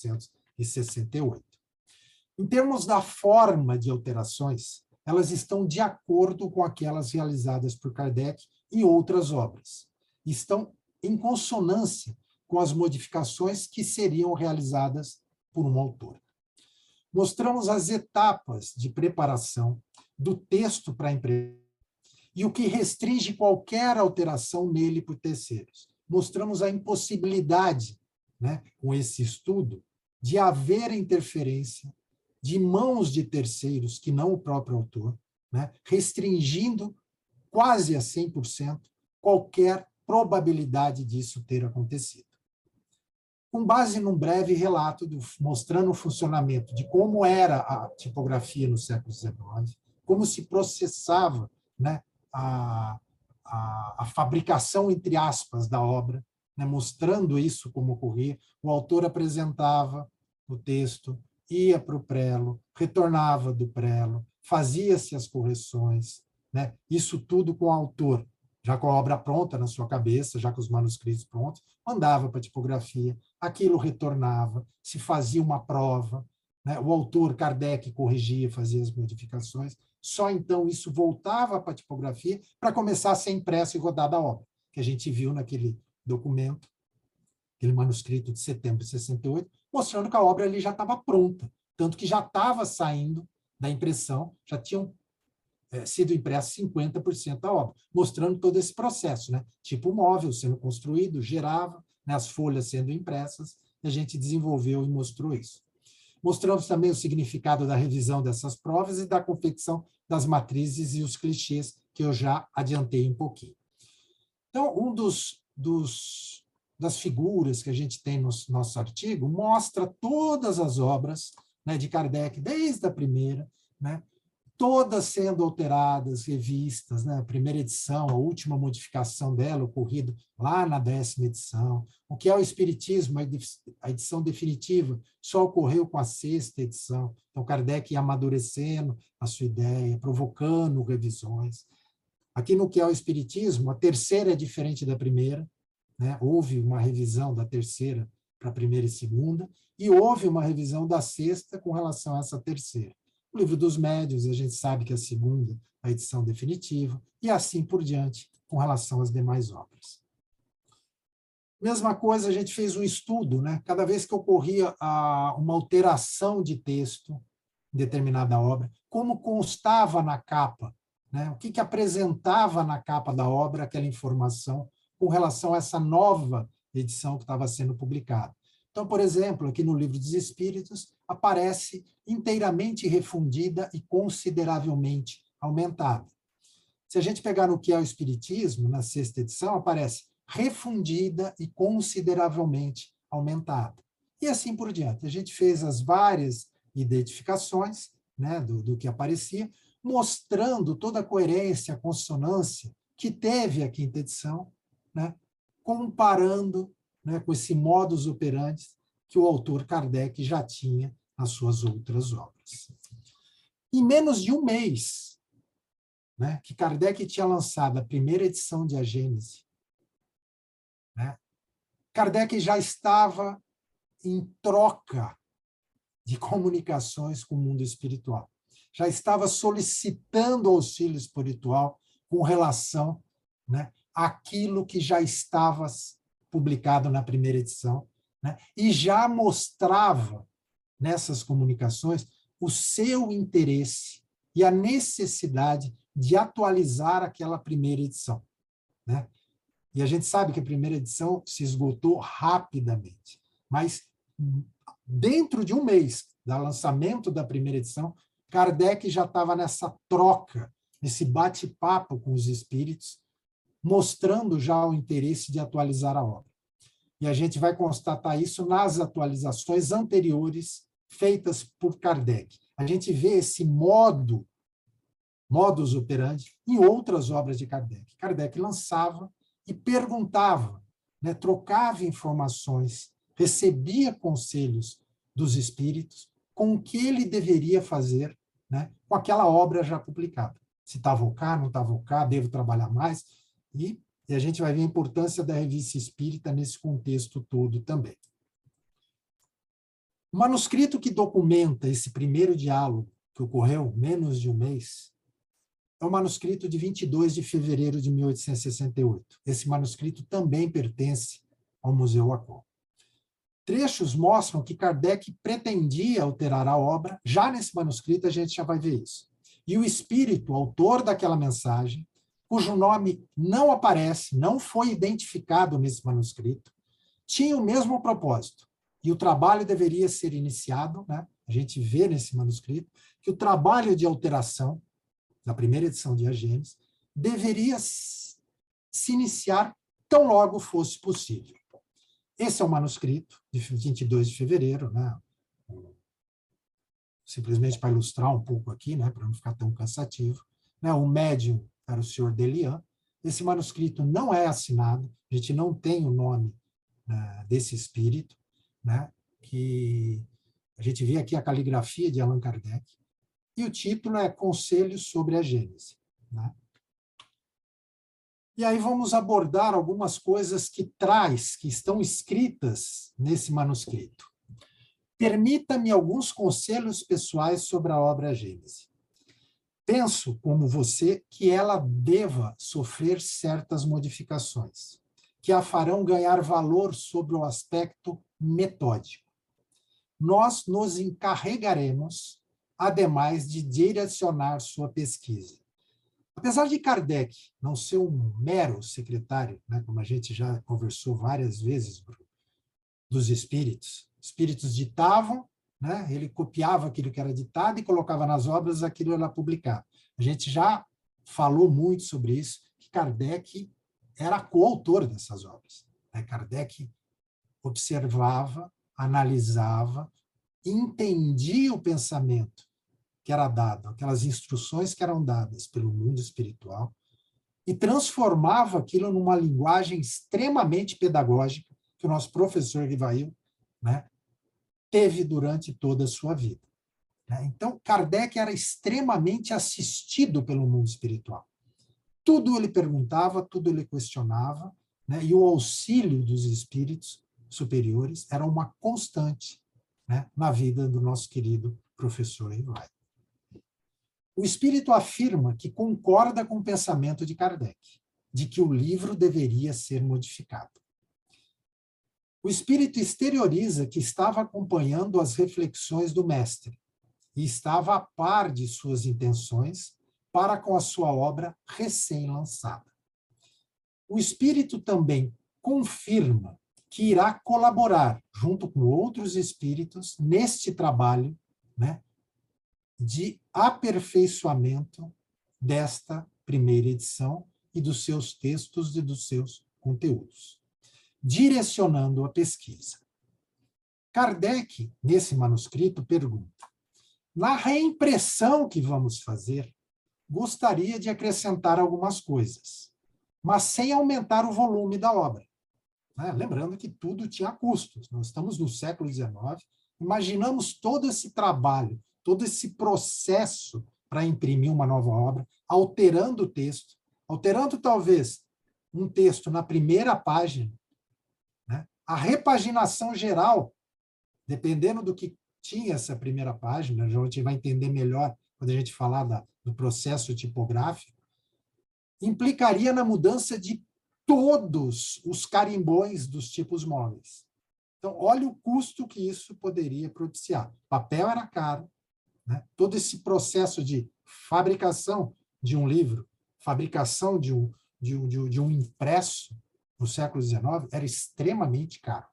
1868. Em termos da forma de alterações, elas estão de acordo com aquelas realizadas por Kardec em outras obras. Estão em consonância com as modificações que seriam realizadas por um autor. Mostramos as etapas de preparação do texto para a impressão e o que restringe qualquer alteração nele por terceiros. Mostramos a impossibilidade, né, com esse estudo, de haver interferência de mãos de terceiros, que não o próprio autor, né, restringindo quase a 100% qualquer probabilidade disso ter acontecido. Com base num breve relato mostrando o funcionamento de como era a tipografia no século XIX, como se processava, né, a fabricação, entre aspas, da obra, né, mostrando isso como ocorria, o autor apresentava o texto, ia para o prelo, retornava do prelo, fazia-se as correções, né? Isso tudo com o autor, já com a obra pronta na sua cabeça, já com os manuscritos prontos, mandava para a tipografia, aquilo retornava, se fazia uma prova, né? O autor, Kardec, corrigia, fazia as modificações, só então isso voltava para a tipografia para começar a ser impresso e rodada a obra, que a gente viu naquele documento, aquele manuscrito de setembro de 68, mostrando que a obra ali já estava pronta, tanto que já estava saindo da impressão, já tinham sido impressos 50% da obra, mostrando todo esse processo, né? Tipo móvel sendo construído, gerava, né, as folhas sendo impressas, e a gente desenvolveu e mostrou isso. Mostramos também o significado da revisão dessas provas e da confecção das matrizes e os clichês, que eu já adiantei um pouquinho. Então, um dos das figuras que a gente tem no nosso artigo mostra todas as obras, né, de Kardec, desde a primeira, né, todas sendo alteradas, revistas, né, a primeira edição, a última modificação dela, ocorrida lá na 10ª edição. O que é o Espiritismo, a edição definitiva, só ocorreu com a 6ª edição. Então, Kardec ia amadurecendo a sua ideia, provocando revisões. Aqui no que é o Espiritismo, a terceira é diferente da primeira, né? Houve uma revisão da terceira para a primeira e segunda, e houve uma revisão da 6ª com relação a essa terceira. O Livro dos Médiuns, a gente sabe que a segunda, a edição definitiva, e assim por diante, com relação às demais obras. Mesma coisa, a gente fez um estudo, né? Cada vez que ocorria uma alteração de texto em determinada obra, como constava na capa, né? O que apresentava na capa da obra aquela informação com relação a essa nova edição que estava sendo publicada. Então, por exemplo, aqui no Livro dos Espíritos, aparece inteiramente refundida e consideravelmente aumentada. Se a gente pegar no que é o Espiritismo, na 6ª edição, aparece refundida e consideravelmente aumentada. E assim por diante. A gente fez as várias identificações, né, do que aparecia, mostrando toda a coerência, a consonância que teve a 5ª edição, né, comparando, né, com esse modus operandi que o autor Kardec já tinha nas suas outras obras. Em menos de um mês, né, que Kardec tinha lançado a primeira edição de A Gênese, né, Kardec já estava em troca de comunicações com o mundo espiritual. Já estava solicitando auxílio espiritual com relação, né, àquilo que já estava publicado na primeira edição, né, e já mostrava nessas comunicações o seu interesse e a necessidade de atualizar aquela primeira edição, né? E a gente sabe que a primeira edição se esgotou rapidamente, mas dentro de um mês do lançamento da primeira edição, Kardec já estava nessa troca, nesse bate-papo com os espíritos, mostrando já o interesse de atualizar a obra. E a gente vai constatar isso nas atualizações anteriores feitas por Kardec. A gente vê esse modus operandi em outras obras de Kardec. Kardec lançava e perguntava, né, trocava informações, recebia conselhos dos espíritos com o que ele deveria fazer, né, com aquela obra já publicada. Se estava ok, não estava ok, devo trabalhar mais. E a gente vai ver a importância da revista espírita nesse contexto todo também. O manuscrito que documenta esse primeiro diálogo, que ocorreu menos de um mês, é o manuscrito de 22 de fevereiro de 1868. Esse manuscrito também pertence ao Museu Acol. Trechos mostram que Kardec pretendia alterar a obra, já nesse manuscrito a gente já vai ver isso. E o espírito, autor daquela mensagem, cujo nome não aparece, não foi identificado nesse manuscrito, tinha o mesmo propósito. E o trabalho deveria ser iniciado, né? A gente vê nesse manuscrito, que o trabalho de alteração da primeira edição de A Gênese deveria se iniciar tão logo fosse possível. Esse é o manuscrito de 22 de fevereiro, né? Simplesmente para ilustrar um pouco aqui, né? Para não ficar tão cansativo. Né? O médium era o senhor Delian. Esse manuscrito não é assinado, a gente não tem o nome, né, desse espírito, né? Que a gente vê aqui a caligrafia de Allan Kardec, e o título é Conselhos sobre a Gênese, né? E aí vamos abordar algumas coisas que estão escritas nesse manuscrito. Permita-me alguns conselhos pessoais sobre a obra A Gênese. Penso, como você, que ela deva sofrer certas modificações, que a farão ganhar valor sobre o aspecto metódico. Nós nos encarregaremos, ademais, de direcionar sua pesquisa. Apesar de Kardec não ser um mero secretário, né, como a gente já conversou várias vezes, Bruno, dos espíritos ditavam, né, ele copiava aquilo que era ditado e colocava nas obras, aquilo era publicado. A gente já falou muito sobre isso, que Kardec era coautor dessas obras. Kardec observava, analisava, entendia o pensamento que era dado, aquelas instruções que eram dadas pelo mundo espiritual, e transformava aquilo numa linguagem extremamente pedagógica que o nosso professor Rivail, né, teve durante toda a sua vida. Então, Kardec era extremamente assistido pelo mundo espiritual. Tudo ele perguntava, tudo ele questionava, né, e o auxílio dos espíritos superiores era uma constante, né, na vida do nosso querido professor Rivail. O espírito afirma que concorda com o pensamento de Kardec, de que o livro deveria ser modificado. O espírito exterioriza que estava acompanhando as reflexões do mestre e estava a par de suas intenções para com a sua obra recém-lançada. O espírito também confirma que irá colaborar, junto com outros espíritos, neste trabalho, né, de aperfeiçoamento desta primeira edição e dos seus textos e dos seus conteúdos, direcionando a pesquisa. Kardec, nesse manuscrito, pergunta: na reimpressão que vamos fazer, gostaria de acrescentar algumas coisas, mas sem aumentar o volume da obra. Lembrando que tudo tinha custos. Nós estamos no século XIX, imaginamos todo esse trabalho, todo esse processo para imprimir uma nova obra, alterando o texto, alterando talvez um texto na primeira página, né? A repaginação geral, dependendo do que tinha essa primeira página, a gente vai entender melhor quando a gente falar do processo tipográfico, implicaria na mudança de todos os carimbões dos tipos móveis. Então, olha o custo que isso poderia propiciar. O papel era caro, né? Todo esse processo de fabricação de um livro, fabricação de um impresso no século XIX era extremamente caro.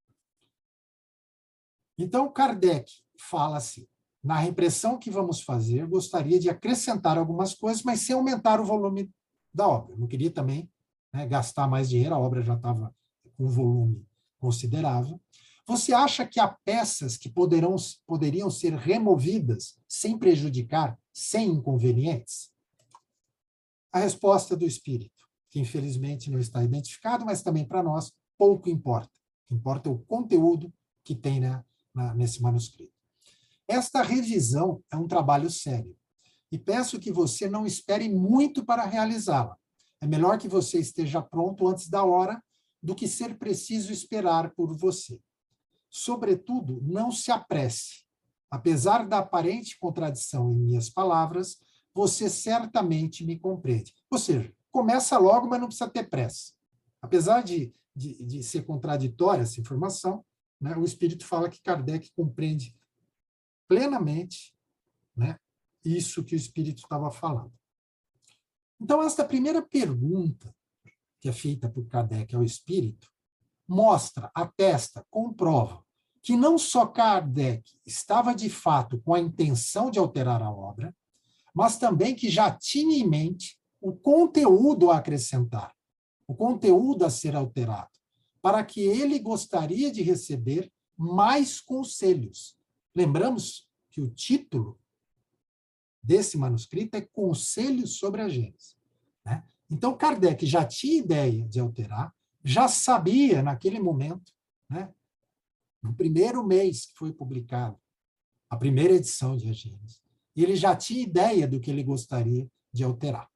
Então, Kardec fala assim: na reimpressão que vamos fazer, gostaria de acrescentar algumas coisas, mas sem aumentar o volume da obra. Eu não queria também, né, gastar mais dinheiro, a obra já estava com um volume considerável. Você acha que há peças que poderiam ser removidas sem prejudicar, sem inconvenientes? A resposta do espírito, que infelizmente não está identificado, mas também para nós pouco importa. O que importa é o conteúdo que tem nesse manuscrito. Esta revisão é um trabalho sério e peço que você não espere muito para realizá-la. É melhor que você esteja pronto antes da hora do que ser preciso esperar por você. Sobretudo, não se apresse. Apesar da aparente contradição em minhas palavras, você certamente me compreende. Ou seja, começa logo, mas não precisa ter pressa. Apesar de ser contraditória essa informação, né, o Espírito fala que Kardec compreende plenamente, né, isso que o Espírito estava falando. Então, esta primeira pergunta, que é feita por Kardec ao Espírito, mostra, atesta, comprova que não só Kardec estava de fato com a intenção de alterar a obra, mas também que já tinha em mente o conteúdo a acrescentar, o conteúdo a ser alterado, para que ele gostaria de receber mais conselhos. Lembramos que o título desse manuscrito é Conselhos sobre a Gênese, né? Então, Kardec já tinha ideia de alterar, já sabia, naquele momento, né, no primeiro mês que foi publicado a primeira edição de A Gênese, e ele já tinha ideia do que ele gostaria de alterar.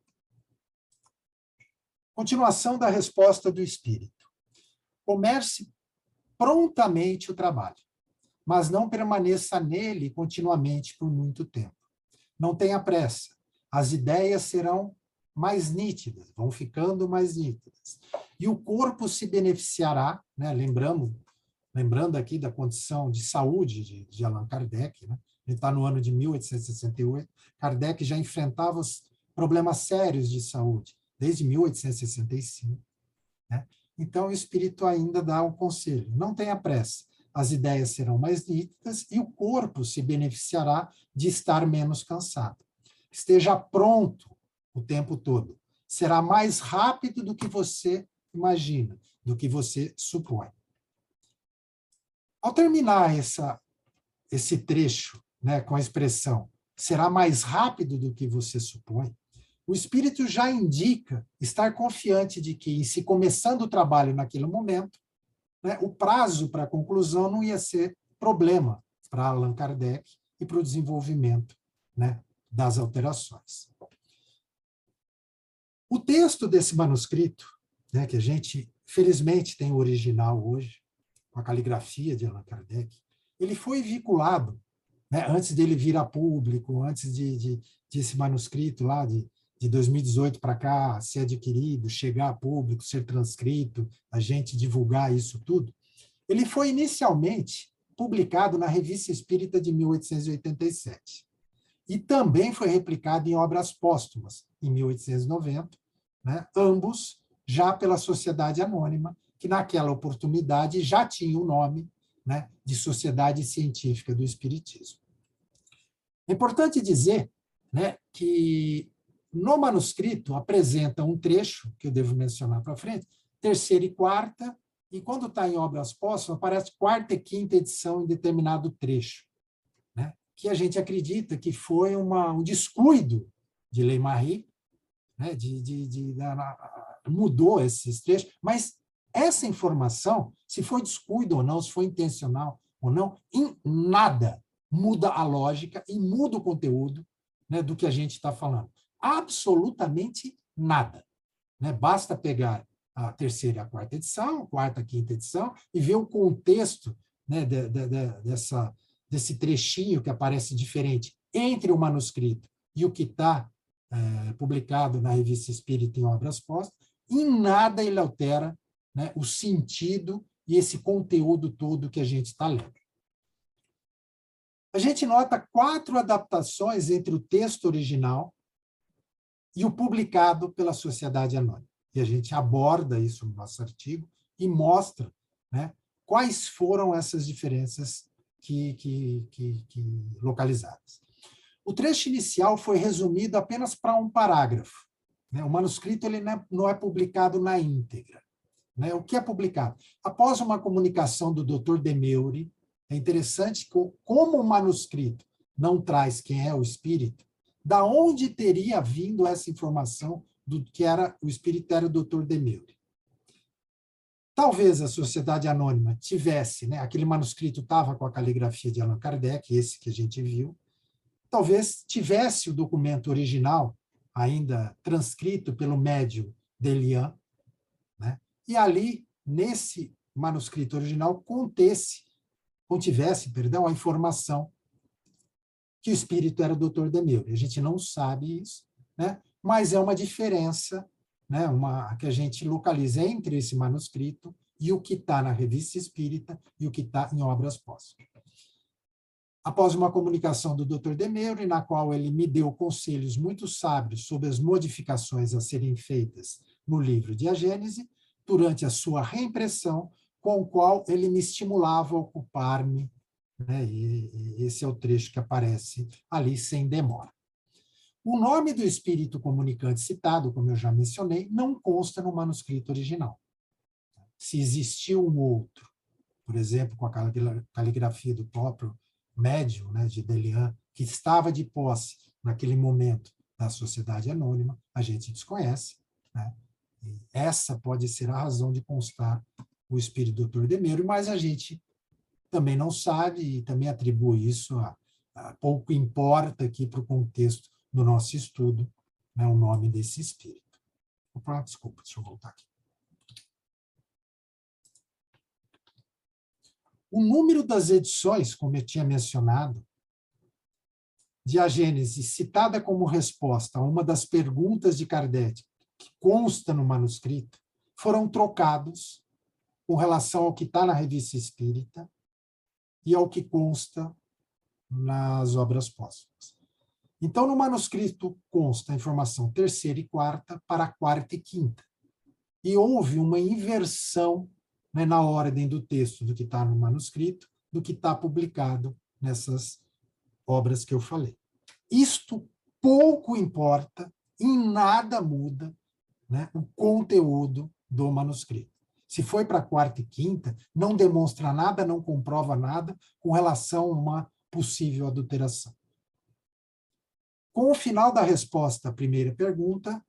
Continuação da resposta do Espírito. Comece prontamente o trabalho, mas não permaneça nele continuamente por muito tempo. Não tenha pressa. As ideias serão mais nítidas, vão ficando mais nítidas. E o corpo se beneficiará, né? Lembrando aqui da condição de saúde de Allan Kardec, né? Ele está no ano de 1868, Kardec já enfrentava os problemas sérios de saúde, desde 1865. Né? Então, o Espírito ainda dá um conselho: não tenha pressa, as ideias serão mais nítidas e o corpo se beneficiará de estar menos cansado. Esteja pronto o tempo todo. será mais rápido do que você imagina, do que você supõe. Ao terminar esse trecho, né, com a expressão será mais rápido do que você supõe, o espírito já indica estar confiante de que, em se começando o trabalho naquele momento, né, o prazo para a conclusão não ia ser problema para Allan Kardec e para o desenvolvimento, né, das alterações. O texto desse manuscrito, né, que a gente, felizmente, tem o original hoje, com a caligrafia de Allan Kardec, ele foi vinculado, né, antes dele vir a público, antes de esse manuscrito lá de 2018 para cá ser adquirido, chegar a público, ser transcrito, a gente divulgar isso tudo, ele foi inicialmente publicado na Revista Espírita de 1887. E também foi replicado em obras póstumas, em 1890, né, ambos já pela Sociedade Anônima, que naquela oportunidade já tinha o nome, né, de Sociedade Científica do Espiritismo. É importante dizer, né, que no manuscrito apresenta um trecho, que eu devo mencionar para frente, terceira e quarta, e quando está em obras póstumas, aparece quarta e quinta edição em determinado trecho, né, que a gente acredita que foi um descuido de Leymarie, né, mudou esses trechos, mas essa informação, se foi descuido ou não, se foi intencional ou não, em nada muda a lógica e muda o conteúdo, né, do que a gente está falando. Absolutamente nada, né? Basta pegar a terceira e a quarta edição, quarta e quinta edição, e ver o contexto, né, desse trechinho que aparece diferente entre o manuscrito e o que está publicado na Revista Espírita em obras póstumas, em nada ele altera, né, o sentido e esse conteúdo todo que a gente está lendo. A gente nota 4 adaptações entre o texto original e o publicado pela Sociedade Anônima. E a gente aborda isso no nosso artigo e mostra, né, quais foram essas diferenças localizadas. O trecho inicial foi resumido apenas para um parágrafo, né? O manuscrito ele não é publicado na íntegra, né? O que é publicado? Após uma comunicação do Dr. Demeure, é interessante como o manuscrito não traz quem é o espírito, da onde teria vindo essa informação do que era o espírito era o Dr. Demeure. Talvez a Sociedade Anônima tivesse, né, aquele manuscrito estava com a caligrafia de Allan Kardec, esse que a gente viu, talvez tivesse o documento original ainda transcrito pelo médium Delian, né, e ali, nesse manuscrito original, contivesse, a informação que o espírito era o Dr. Demeure. A gente não sabe isso, né? Mas é uma diferença, né? Que a gente localiza entre esse manuscrito e o que está na Revista Espírita e o que está em obras póstumas. Após uma comunicação do Dr. Demeure, na qual ele me deu conselhos muito sábios sobre as modificações a serem feitas no livro de A Gênese, durante a sua reimpressão, com o qual ele me estimulava a ocupar-me, né? E esse é o trecho que aparece ali sem demora. O nome do espírito comunicante citado, como eu já mencionei, não consta no manuscrito original. Se existiu um outro, por exemplo, com a caligrafia do próprio médium, né, de Delian, que estava de posse naquele momento da Sociedade Anônima, a gente desconhece, né? E essa pode ser a razão de constar o espírito do Dr. Demeure, mas a gente também não sabe e também atribui isso a pouco importa aqui para o contexto do nosso estudo, né, o nome desse espírito. Opa, desculpa, deixa eu voltar aqui. O número das edições, como eu tinha mencionado, de A Gênese, citada como resposta a uma das perguntas de Kardec, que consta no manuscrito, foram trocados com relação ao que está na Revista Espírita e ao que consta nas obras póstumas. Então, no manuscrito consta a informação terceira e quarta para quarta e quinta. E houve uma inversão, né, na ordem do texto do que está no manuscrito, do que está publicado nessas obras que eu falei. Isto pouco importa, em nada muda né, o conteúdo do manuscrito. Se foi para a quarta e quinta, não demonstra nada, não comprova nada com relação a uma possível adulteração. Com o final da resposta à primeira pergunta,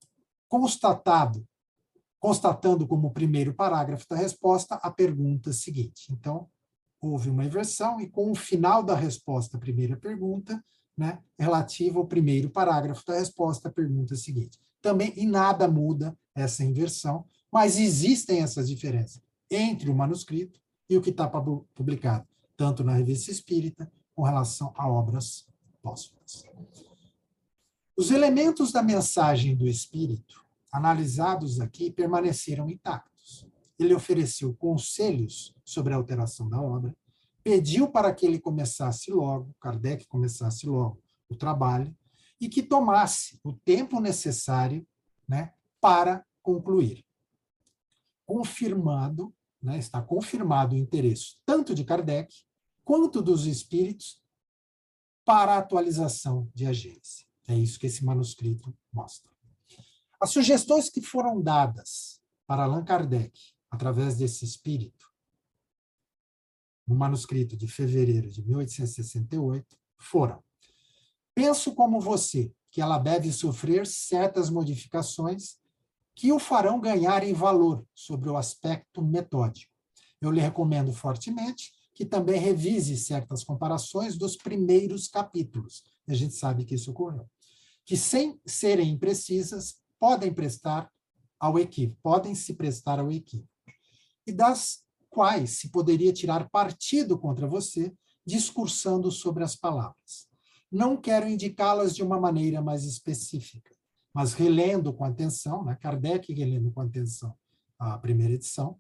constatando como primeiro parágrafo da resposta a pergunta seguinte. Então, houve uma inversão e com o final da resposta à primeira pergunta, né, relativo ao primeiro parágrafo da resposta à pergunta seguinte. Também, em nada muda essa inversão, mas existem essas diferenças entre o manuscrito e o que está publicado, tanto na Revista Espírita com relação a obras póstumas. Os elementos da mensagem do Espírito, analisados aqui, permaneceram intactos. Ele ofereceu conselhos sobre a alteração da obra, pediu para que ele começasse logo, Kardec começasse logo o trabalho, e que tomasse o tempo necessário, né, para concluir. Confirmado, né, está confirmado o interesse tanto de Kardec quanto dos espíritos para a atualização de A Gênese. É isso que esse manuscrito mostra. As sugestões que foram dadas para Allan Kardec, através desse espírito, no manuscrito de fevereiro de 1868, foram: penso como você que ela deve sofrer certas modificações que o farão ganhar em valor sobre o aspecto metódico. Eu lhe recomendo fortemente que também revise certas comparações dos primeiros capítulos. A gente sabe que isso ocorreu. Que, sem serem imprecisas, podem se prestar ao equívoco. E das quais se poderia tirar partido contra você, discursando sobre as palavras. Não quero indicá-las de uma maneira mais específica, mas relendo com atenção, né, Kardec relendo com atenção a primeira edição,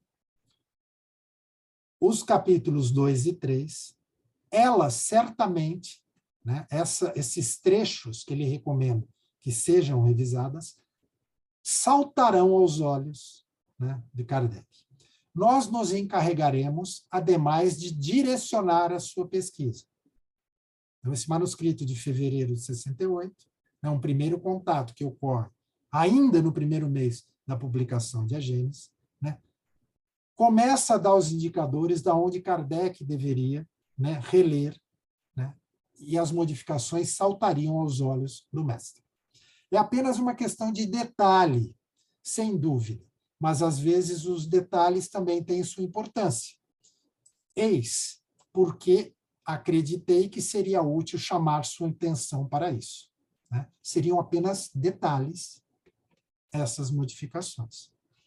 os capítulos 2 e 3, elas certamente, né, esses trechos que ele recomenda que sejam revisadas, saltarão aos olhos, né, de Kardec. Nós nos encarregaremos, ademais, de direcionar a sua pesquisa. Então, esse manuscrito de fevereiro de 68 é um primeiro contato que ocorre ainda no primeiro mês da publicação de A Gênese, né? Começa a dar os indicadores de onde Kardec deveria, né, reler, né, e as modificações saltariam aos olhos do mestre. É apenas uma questão de detalhe, sem dúvida, mas às vezes os detalhes também têm sua importância. Eis porque acreditei que seria útil chamar sua atenção para isso, né? Seriam apenas detalhes essas modificações.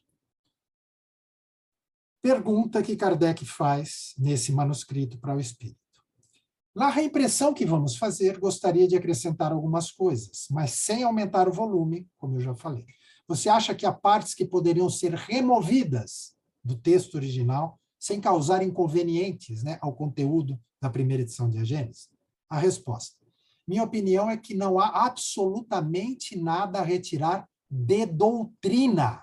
Pergunta que Kardec faz nesse manuscrito para o Espírito. Na reimpressão que vamos fazer, gostaria de acrescentar algumas coisas, mas sem aumentar o volume, como eu já falei. Você acha que há partes que poderiam ser removidas do texto original sem causar inconvenientes, né, ao conteúdo da primeira edição de A Gênese? A resposta: minha opinião é que não há absolutamente nada a retirar de doutrina.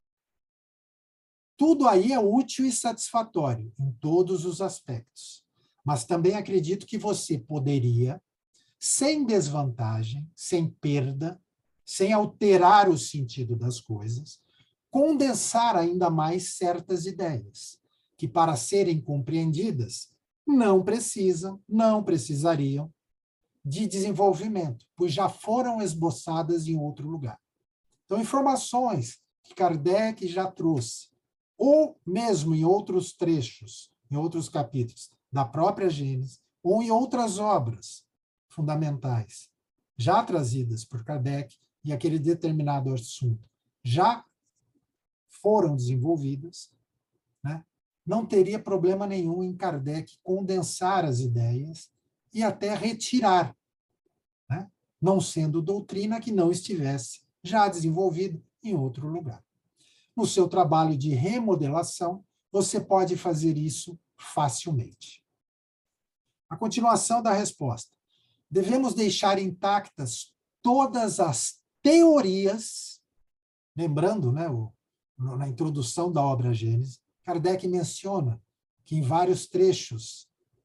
Tudo aí é útil e satisfatório, em todos os aspectos. Mas também acredito que você poderia, sem desvantagem, sem perda, sem alterar o sentido das coisas, condensar ainda mais certas ideias, que para serem compreendidas, não precisariam de desenvolvimento, pois já foram esboçadas em outro lugar. Então, informações que Kardec já trouxe, ou mesmo em outros trechos, em outros capítulos da própria Gênese, ou em outras obras fundamentais, já trazidas por Kardec, e aquele determinado assunto já foram desenvolvidas, né? Não teria problema nenhum em Kardec condensar as ideias e até retirar, né? Não sendo doutrina que não estivesse já desenvolvida em outro lugar. No seu trabalho de remodelação, você pode fazer isso facilmente. A continuação da resposta. Devemos deixar intactas todas as teorias, lembrando, né, na introdução da obra Gênese, Kardec menciona que em vários trechos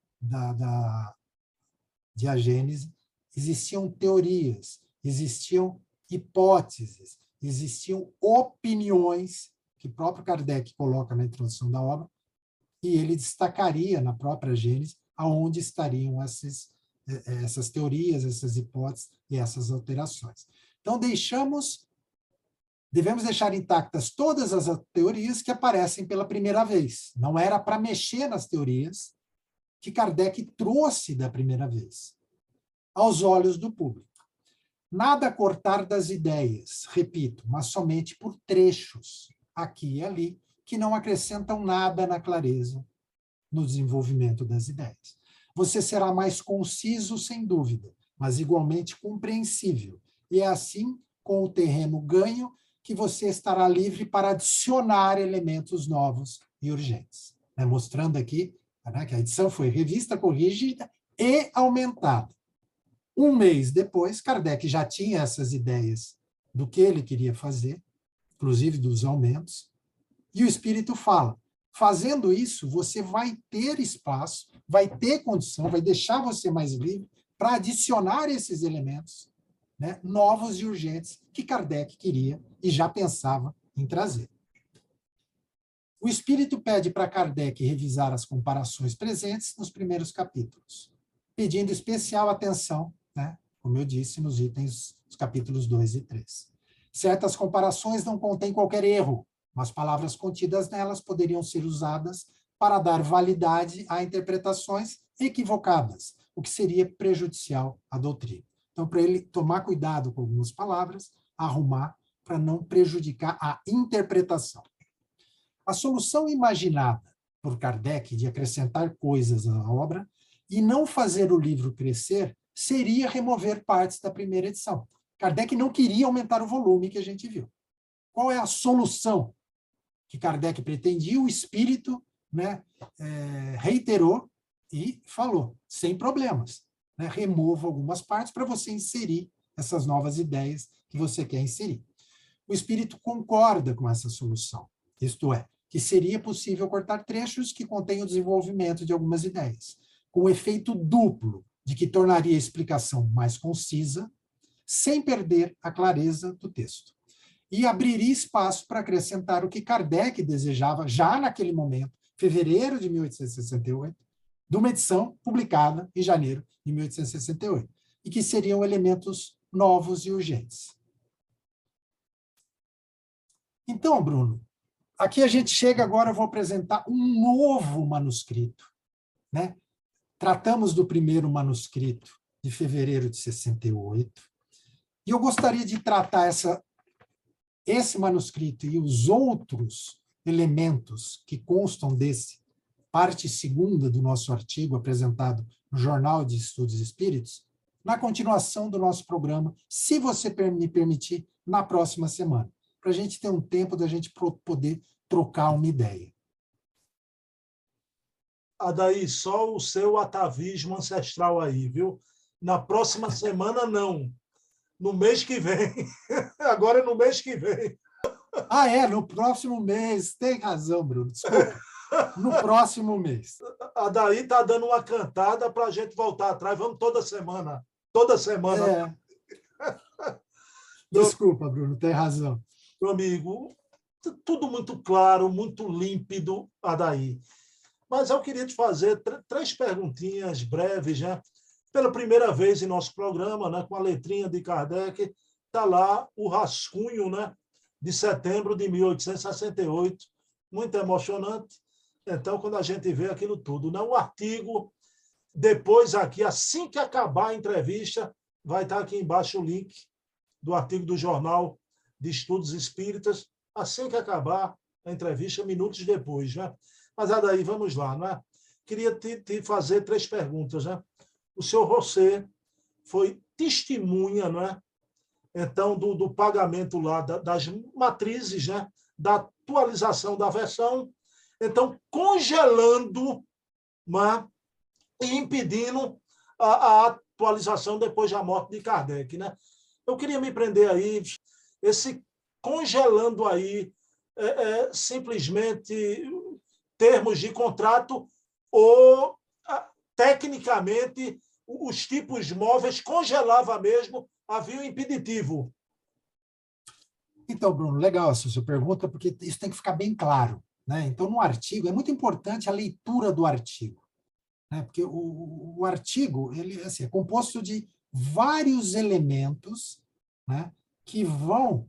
de A Gênese existiam teorias, existiam hipóteses, existiam opiniões que o próprio Kardec coloca na introdução da obra, e ele destacaria na própria Gênese aonde estariam essas teorias, essas hipóteses e essas alterações. Então, devemos deixar intactas todas as teorias que aparecem pela primeira vez. Não era para mexer nas teorias que Kardec trouxe da primeira vez, aos olhos do público. Nada cortar das ideias, repito, mas somente por trechos, aqui e ali, que não acrescentam nada na clareza, no desenvolvimento das ideias. Você será mais conciso, sem dúvida, mas igualmente compreensível. E é assim, com o terreno ganho, que você estará livre para adicionar elementos novos e urgentes. Mostrando aqui, né, que a edição foi revista, corrigida e aumentada. Um mês depois, Kardec já tinha essas ideias do que ele queria fazer, inclusive dos aumentos, e o Espírito fala, fazendo isso, você vai ter espaço, vai ter condição, vai deixar você mais livre para adicionar esses elementos, né, novos e urgentes que Kardec queria e já pensava em trazer. O Espírito pede para Kardec revisar as comparações presentes nos primeiros capítulos, pedindo especial atenção, né, como eu disse, nos itens dos capítulos 2 e 3. Certas comparações não contêm qualquer erro, mas palavras contidas nelas poderiam ser usadas para dar validade a interpretações equivocadas, o que seria prejudicial à doutrina. Então, para ele tomar cuidado com algumas palavras, arrumar para não prejudicar a interpretação. A solução imaginada por Kardec de acrescentar coisas à obra e não fazer o livro crescer seria remover partes da primeira edição. Kardec não queria aumentar o volume que a gente viu. Qual é a solução que Kardec pretendia? O Espírito, né, reiterou e falou, sem problemas. Né, remova algumas partes para você inserir essas novas ideias que você quer inserir. O Espírito concorda com essa solução, isto é, que seria possível cortar trechos que contêm o desenvolvimento de algumas ideias, com o efeito duplo de que tornaria a explicação mais concisa, sem perder a clareza do texto, e abriria espaço para acrescentar o que Kardec desejava já naquele momento, fevereiro de 1868, de uma edição publicada em janeiro de 1868, e que seriam elementos novos e urgentes. Então, Bruno, aqui a gente chega agora, eu vou apresentar um novo manuscrito, né? Tratamos do primeiro manuscrito de fevereiro de 68, e eu gostaria de tratar esse manuscrito e os outros elementos que constam desse, parte segunda do nosso artigo apresentado no Jornal de Estudos Espíritos, na continuação do nosso programa, se você me permitir, na próxima semana, para a gente ter um tempo da gente poder trocar uma ideia. Adaí, só o seu atavismo ancestral aí, viu? Na próxima semana, não. No mês que vem. Agora é no mês que vem. Ah, no próximo mês. Tem razão, Bruno. Desculpa. No próximo mês. Adaí está dando uma cantada para a gente voltar atrás. Vamos toda semana. Toda semana. Desculpa, Bruno, tem razão. Meu amigo, tudo muito claro, muito límpido, Adaí. Mas eu queria te fazer três perguntinhas breves, né? Pela primeira vez em nosso programa, né, com a letrinha de Kardec, está lá o rascunho, né, de setembro de 1868, muito emocionante. Então, quando a gente vê aquilo tudo, né, o artigo, depois aqui, assim que acabar a entrevista, vai estar aqui embaixo o link do artigo do Jornal de Estudos Espíritas, assim que acabar a entrevista, minutos depois, né? Mas, Adaí, vamos lá, né? Queria te fazer três perguntas, né? O senhor José foi testemunha, não é? Então, do pagamento lá das matrizes, né? Da atualização da versão, então, congelando, né? E impedindo a atualização depois da morte de Kardec, né? Eu queria me prender aí, esse congelando aí, simplesmente termos de contrato ou, tecnicamente, os tipos móveis congelava mesmo, havia um impeditivo. Então, Bruno, legal essa sua pergunta, porque isso tem que ficar bem claro, né? Então, no artigo, é muito importante a leitura do artigo, né? Porque o artigo ele assim, é composto de vários elementos, né? Que vão...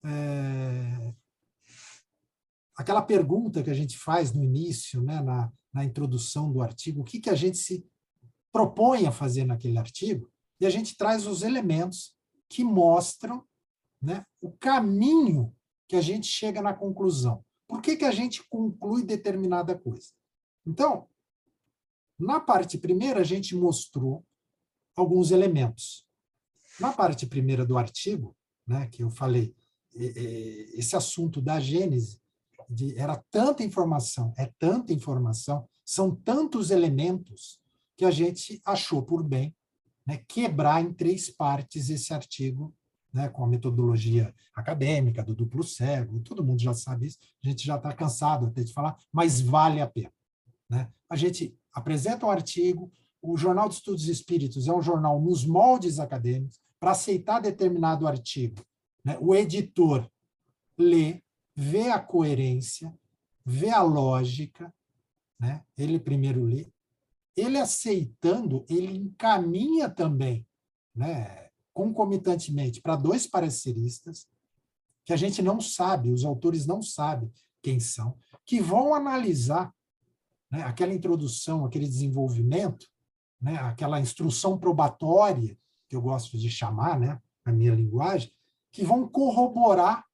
aquela pergunta que a gente faz no início, né? Na introdução do artigo, o que, que a gente se propõe a fazer naquele artigo, e a gente traz os elementos que mostram, né, o caminho que a gente chega na conclusão. Por que, que a gente conclui determinada coisa? Então, na parte primeira, a gente mostrou alguns elementos. Na parte primeira do artigo, né, que eu falei, esse assunto da Gênese, era tanta informação, é tanta informação, são tantos elementos que a gente achou por bem, né, quebrar em 3 partes esse artigo, né, com a metodologia acadêmica, do duplo cego, todo mundo já sabe isso, a gente já está cansado até de falar, mas vale a pena. Né? A gente apresenta um artigo, o Jornal de Estudos Espíritos é um jornal nos moldes acadêmicos, para aceitar determinado artigo, né, o editor lê, vê a coerência, vê a lógica, né, ele primeiro lê, ele aceitando, ele encaminha também, né, concomitantemente, para 2 pareceristas, que a gente não sabe, os autores não sabem quem são, que vão analisar, né, aquela introdução, aquele desenvolvimento, né, aquela instrução probatória, que eu gosto de chamar, né, na minha linguagem, que vão corroborar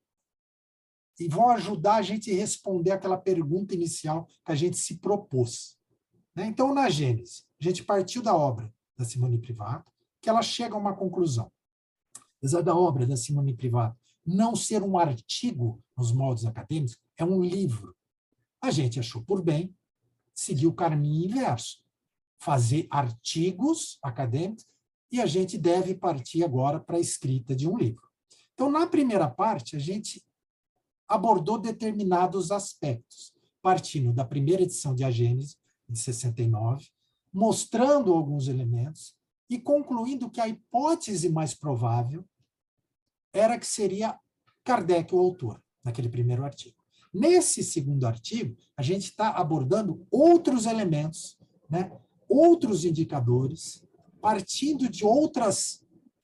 e vão ajudar a gente a responder aquela pergunta inicial que a gente se propôs. Então, na Gênese, a gente partiu da obra da Simone Privato, que ela chega a uma conclusão. Apesar da obra da Simone Privato não ser um artigo nos moldes acadêmicos, é um livro. A gente achou por bem seguir o caminho inverso, fazer artigos acadêmicos, e a gente deve partir agora para a escrita de um livro. Então, na primeira parte, a gente abordou determinados aspectos, partindo da primeira edição de A Gênese, de 69, mostrando alguns elementos e concluindo que a hipótese mais provável era que seria Kardec o autor, naquele primeiro artigo. Nesse segundo artigo, a gente está abordando outros elementos, né, outros indicadores, partindo de outros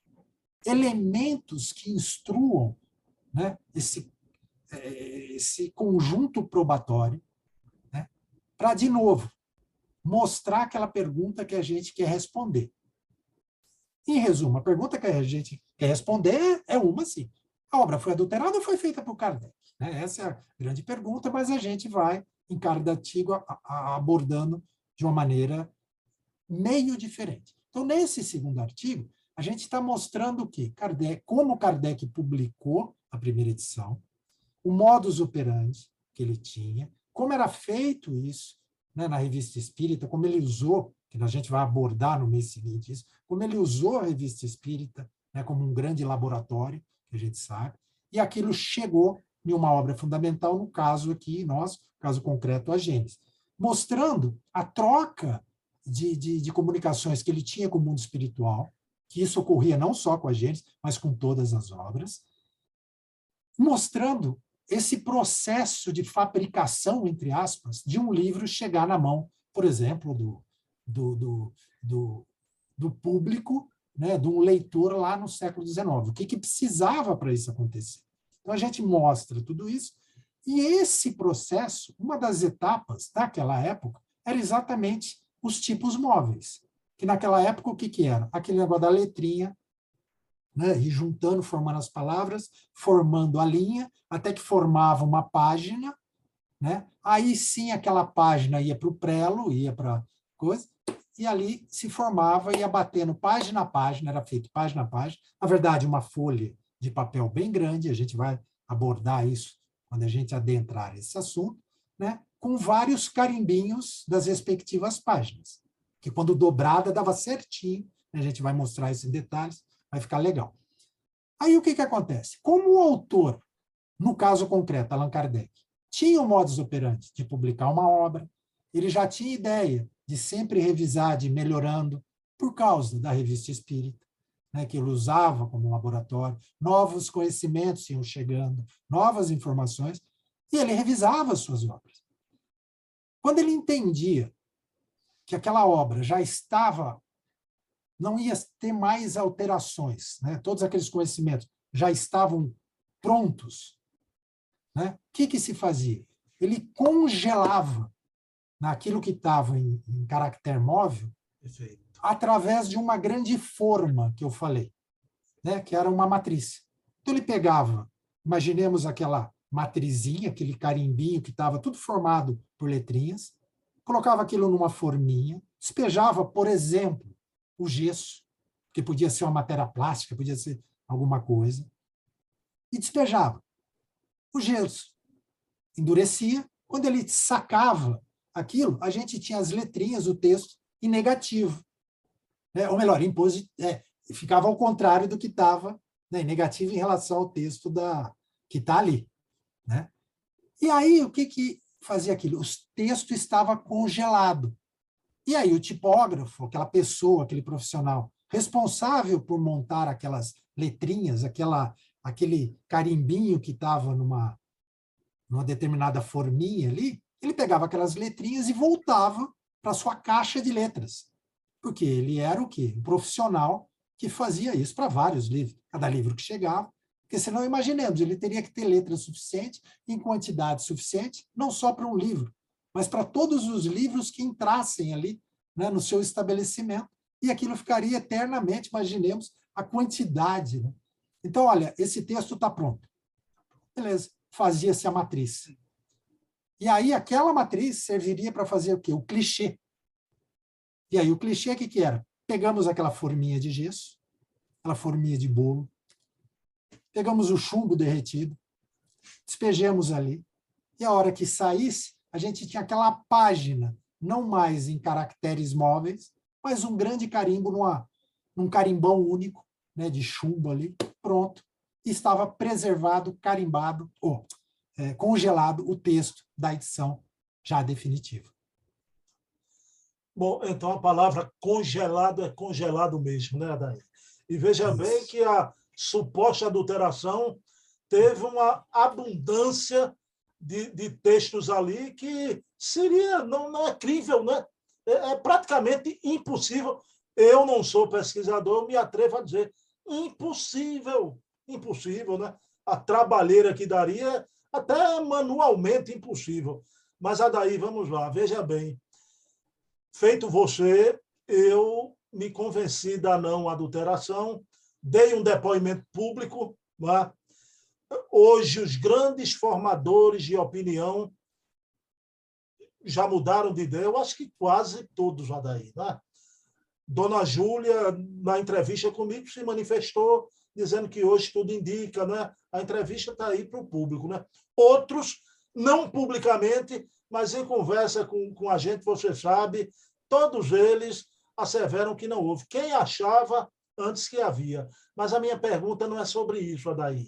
elementos que instruam, né, esse conjunto probatório, né, para, de novo, mostrar aquela pergunta que a gente quer responder. Em resumo, a pergunta que a gente quer responder é uma, sim. A obra foi adulterada ou foi feita por Kardec? Essa é a grande pergunta, mas a gente vai, em cada artigo, abordando de uma maneira meio diferente. Então, nesse segundo artigo, a gente está mostrando que Kardec, como Kardec publicou a primeira edição, o modus operandi que ele tinha, como era feito isso, né, na Revista Espírita, como ele usou, que a gente vai abordar no mês seguinte isso, como ele usou a Revista Espírita, né, como um grande laboratório, que a gente sabe, e aquilo chegou em uma obra fundamental, no caso aqui, nosso, caso concreto, a Gênese, mostrando a troca de comunicações que ele tinha com o mundo espiritual, que isso ocorria não só com a Gênese, mas com todas as obras, mostrando esse processo de fabricação, entre aspas, de um livro chegar na mão, por exemplo, do público, né, de um leitor lá no século XIX. O que precisava para isso acontecer? Então, a gente mostra tudo isso, e esse processo, uma das etapas daquela época, era exatamente os tipos móveis, que naquela época o que era? Aquele negócio da letrinha, né, e juntando, formando as palavras, formando a linha, até que formava uma página, né? Aí sim aquela página ia para o prelo, ia para coisa, e ali se formava, ia batendo página a página, era feito página a página, na verdade uma folha de papel bem grande, a gente vai abordar isso quando a gente adentrar esse assunto, né? Com vários carimbinhos das respectivas páginas, que quando dobrada dava certinho, a gente vai mostrar isso em detalhes, vai ficar legal. Aí o que acontece? Como o autor, no caso concreto, Allan Kardec, tinha o modus operandi de publicar uma obra, ele já tinha ideia de sempre revisar, de ir melhorando, por causa da Revista Espírita, né, que ele usava como laboratório, novos conhecimentos iam chegando, novas informações, e ele revisava as suas obras. Quando ele entendia que aquela obra já estava, não ia ter mais alterações, né, todos aqueles conhecimentos já estavam prontos, né, o que se fazia? Ele congelava naquilo que estava em caractere móvel, Perfeito. através de uma grande forma que eu falei, né, que era uma matriz. Então, ele pegava, imaginemos aquela matrizinha, aquele carimbinho que estava tudo formado por letrinhas, colocava aquilo numa forminha, despejava, por exemplo, o gesso, que podia ser uma matéria plástica, podia ser alguma coisa, e despejava. O gesso endurecia. Quando ele sacava aquilo, a gente tinha as letrinhas, o texto, em negativo. Né? Ou melhor, ficava ao contrário do que estava, né, em negativo em relação ao texto que está ali. Né? E aí, o que fazia aquilo? O texto estava congelado. E aí, o tipógrafo, aquela pessoa, aquele profissional responsável por montar aquelas letrinhas, aquele carimbinho que estava numa determinada forminha ali, ele pegava aquelas letrinhas e voltava para sua caixa de letras. Porque ele era o quê? Um profissional que fazia isso para vários livros, cada livro que chegava, porque senão, imaginemos, ele teria que ter letra suficiente, em quantidade suficiente, não só para um livro, mas para todos os livros que entrassem ali, né, no seu estabelecimento, e aquilo ficaria eternamente, imaginemos, a quantidade. Né? Então, olha, esse texto está pronto. Beleza, fazia-se a matriz. E aí, aquela matriz serviria para fazer o quê? O clichê. E aí, o clichê, o que era? Pegamos aquela forminha de gesso, aquela forminha de bolo, pegamos o chumbo derretido, despejamos ali, e a hora que saísse, a gente tinha aquela página, não mais em caracteres móveis, mas um grande carimbo num carimbão único, né, de chumbo ali, pronto, e estava preservado, carimbado, congelado o texto da edição já definitiva. Bom, então a palavra congelado é congelado mesmo, né, Adair? E veja Isso. bem que a suposta adulteração teve uma abundância de textos ali que seria, não é crível, né? É praticamente impossível. Eu não sou pesquisador, me atrevo a dizer impossível, impossível, né? A trabalheira que daria, até manualmente impossível. Mas, Adair, vamos lá, veja bem. Feito você, eu me convenci da não adulteração, dei um depoimento público. Né? Hoje, os grandes formadores de opinião já mudaram de ideia, eu acho que quase todos, Adair. Né? Dona Júlia, na entrevista comigo, se manifestou dizendo que hoje tudo indica, né? A entrevista está aí para o público. Né? Outros, não publicamente, mas em conversa com a gente, você sabe, todos eles asseveram que não houve. Quem achava antes que havia? Mas a minha pergunta não é sobre isso, Adair.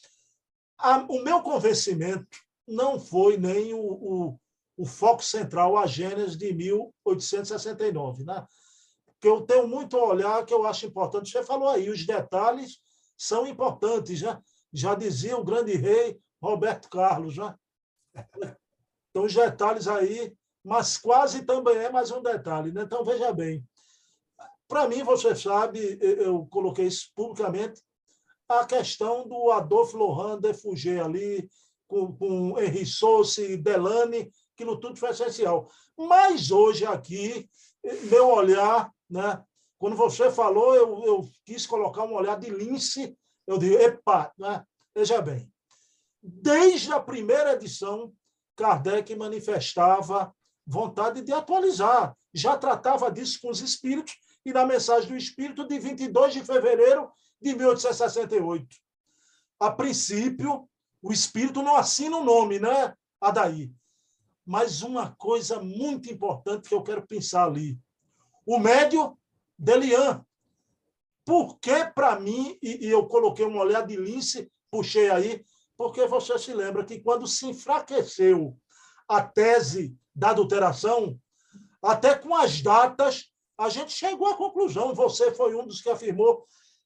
O meu convencimento não foi nem o foco central, a Gênesis de 1869, né? Que eu tenho muito a olhar, que eu acho importante. Você falou aí, os detalhes são importantes, né? Já dizia o grande rei Roberto Carlos, né? Então, os detalhes aí, mas quase também é mais um detalhe, né? Então, veja bem. Para mim, você sabe, eu coloquei isso publicamente, a questão do Adolphe Laurent de Fouger ali, com Henri Sauce, Delane, aquilo tudo foi essencial. Mas hoje aqui, meu olhar, né? Quando você falou, eu quis colocar um olhar de lince, eu digo, epa, né? Veja bem, desde a primeira edição, Kardec manifestava vontade de atualizar, já tratava disso com os espíritos, e na mensagem do Espírito de 22 de fevereiro de 1868. A princípio, o Espírito não assina o nome, né, Adair? Mas uma coisa muito importante que eu quero pensar ali. O médio, Delian. Por que, para mim, e eu coloquei um olhar de lince, puxei aí, porque você se lembra que quando se enfraqueceu a tese da adulteração, até com as datas, a gente chegou à conclusão, você foi um dos que afirmou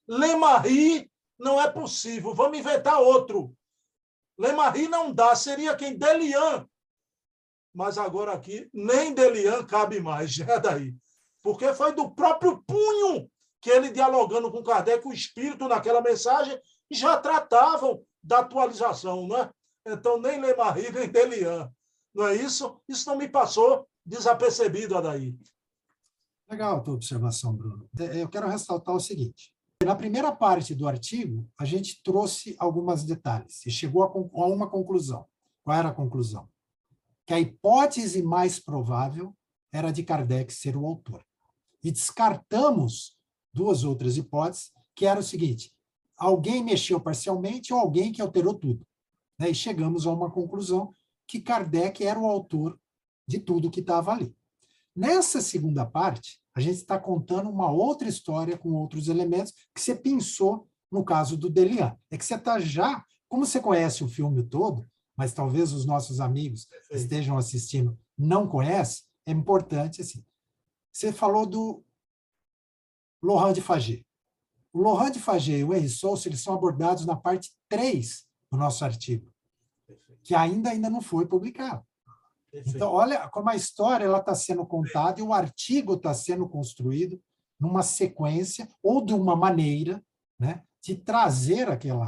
Lemarie não é possível, vamos inventar outro. Lemarie não dá, seria quem? Delian. Mas agora aqui, nem Delian cabe mais, já daí. Porque foi do próprio punho que ele, dialogando com Kardec, o espírito naquela mensagem, já tratavam da atualização, não é? Então, nem Lemarie, nem Delian. Não é isso? Isso não me passou desapercebido, Adair. Legal a tua observação, Bruno. Eu quero ressaltar o seguinte. Na primeira parte do artigo, a gente trouxe alguns detalhes e chegou a uma conclusão. Qual era a conclusão? Que a hipótese mais provável era de Kardec ser o autor. E descartamos duas outras hipóteses, que era o seguinte: alguém mexeu parcialmente ou alguém que alterou tudo. E chegamos a uma conclusão que Kardec era o autor de tudo que estava ali. Nessa segunda parte, a gente está contando uma outra história com outros elementos que você pensou no caso do Delian. É que você está já, como você conhece o filme todo, mas talvez os nossos amigos que estejam assistindo não conhecem, é importante assim. Você falou do Laurent de Fagé. O Laurent de Fagé e o Henri Sousse, eles são abordados na parte 3 do nosso artigo, que ainda não foi publicado. Então, olha como a história está sendo contada e o artigo está sendo construído numa sequência ou de uma maneira, né, de trazer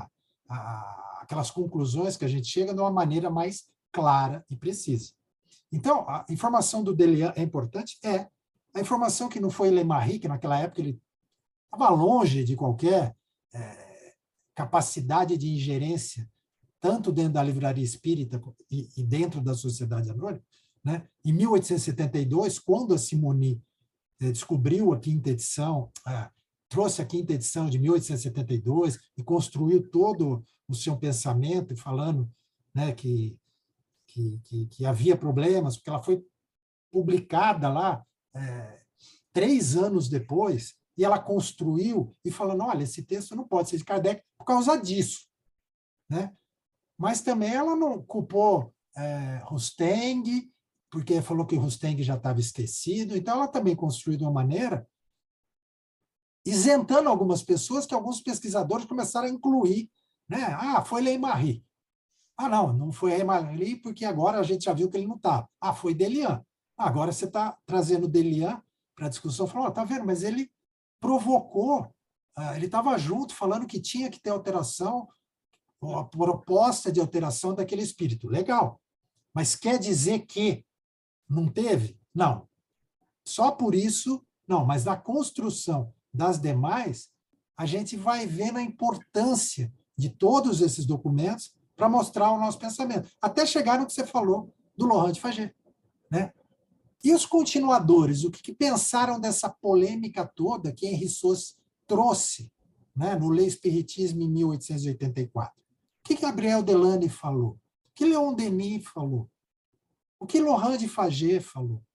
aquelas conclusões que a gente chega de uma maneira mais clara e precisa. Então, a informação do Delian é importante? É. A informação que não foi Lemarie, que naquela época ele estava longe de qualquer capacidade de ingerência, tanto dentro da livraria espírita e dentro da Sociedade Anônima, né? Em 1872, quando a Simony descobriu a quinta edição, trouxe a quinta edição de 1872 e construiu todo o seu pensamento, falando, né, que havia problemas, porque ela foi publicada lá 3 anos depois, e ela construiu e falando, olha, esse texto não pode ser de Kardec por causa disso, né? Mas também ela não culpou Rusteng, porque falou que Rusteng já estava esquecido. Então, ela também construiu de uma maneira isentando algumas pessoas que alguns pesquisadores começaram a incluir. Né? Foi Lemarie. Não foi Lemarie, porque agora a gente já viu que ele não estava. Foi Delian. Agora você está trazendo Delian para a discussão, falando, tá vendo, mas ele provocou, ele estava junto, falando que tinha que ter alteração, a proposta de alteração daquele espírito. Legal. Mas quer dizer que não teve? Não. Só por isso, não. Mas na construção das demais, a gente vai vendo a importância de todos esses documentos para mostrar o nosso pensamento. Até chegar no que você falou do Laurent de Fagé. Né? E os continuadores, o que pensaram dessa polêmica toda que Henri Sousse trouxe, né, no L'Espiritisme em 1884? O que Gabriel Delany falou? O que Leon Denis falou? O que Laurent de Fagé falou?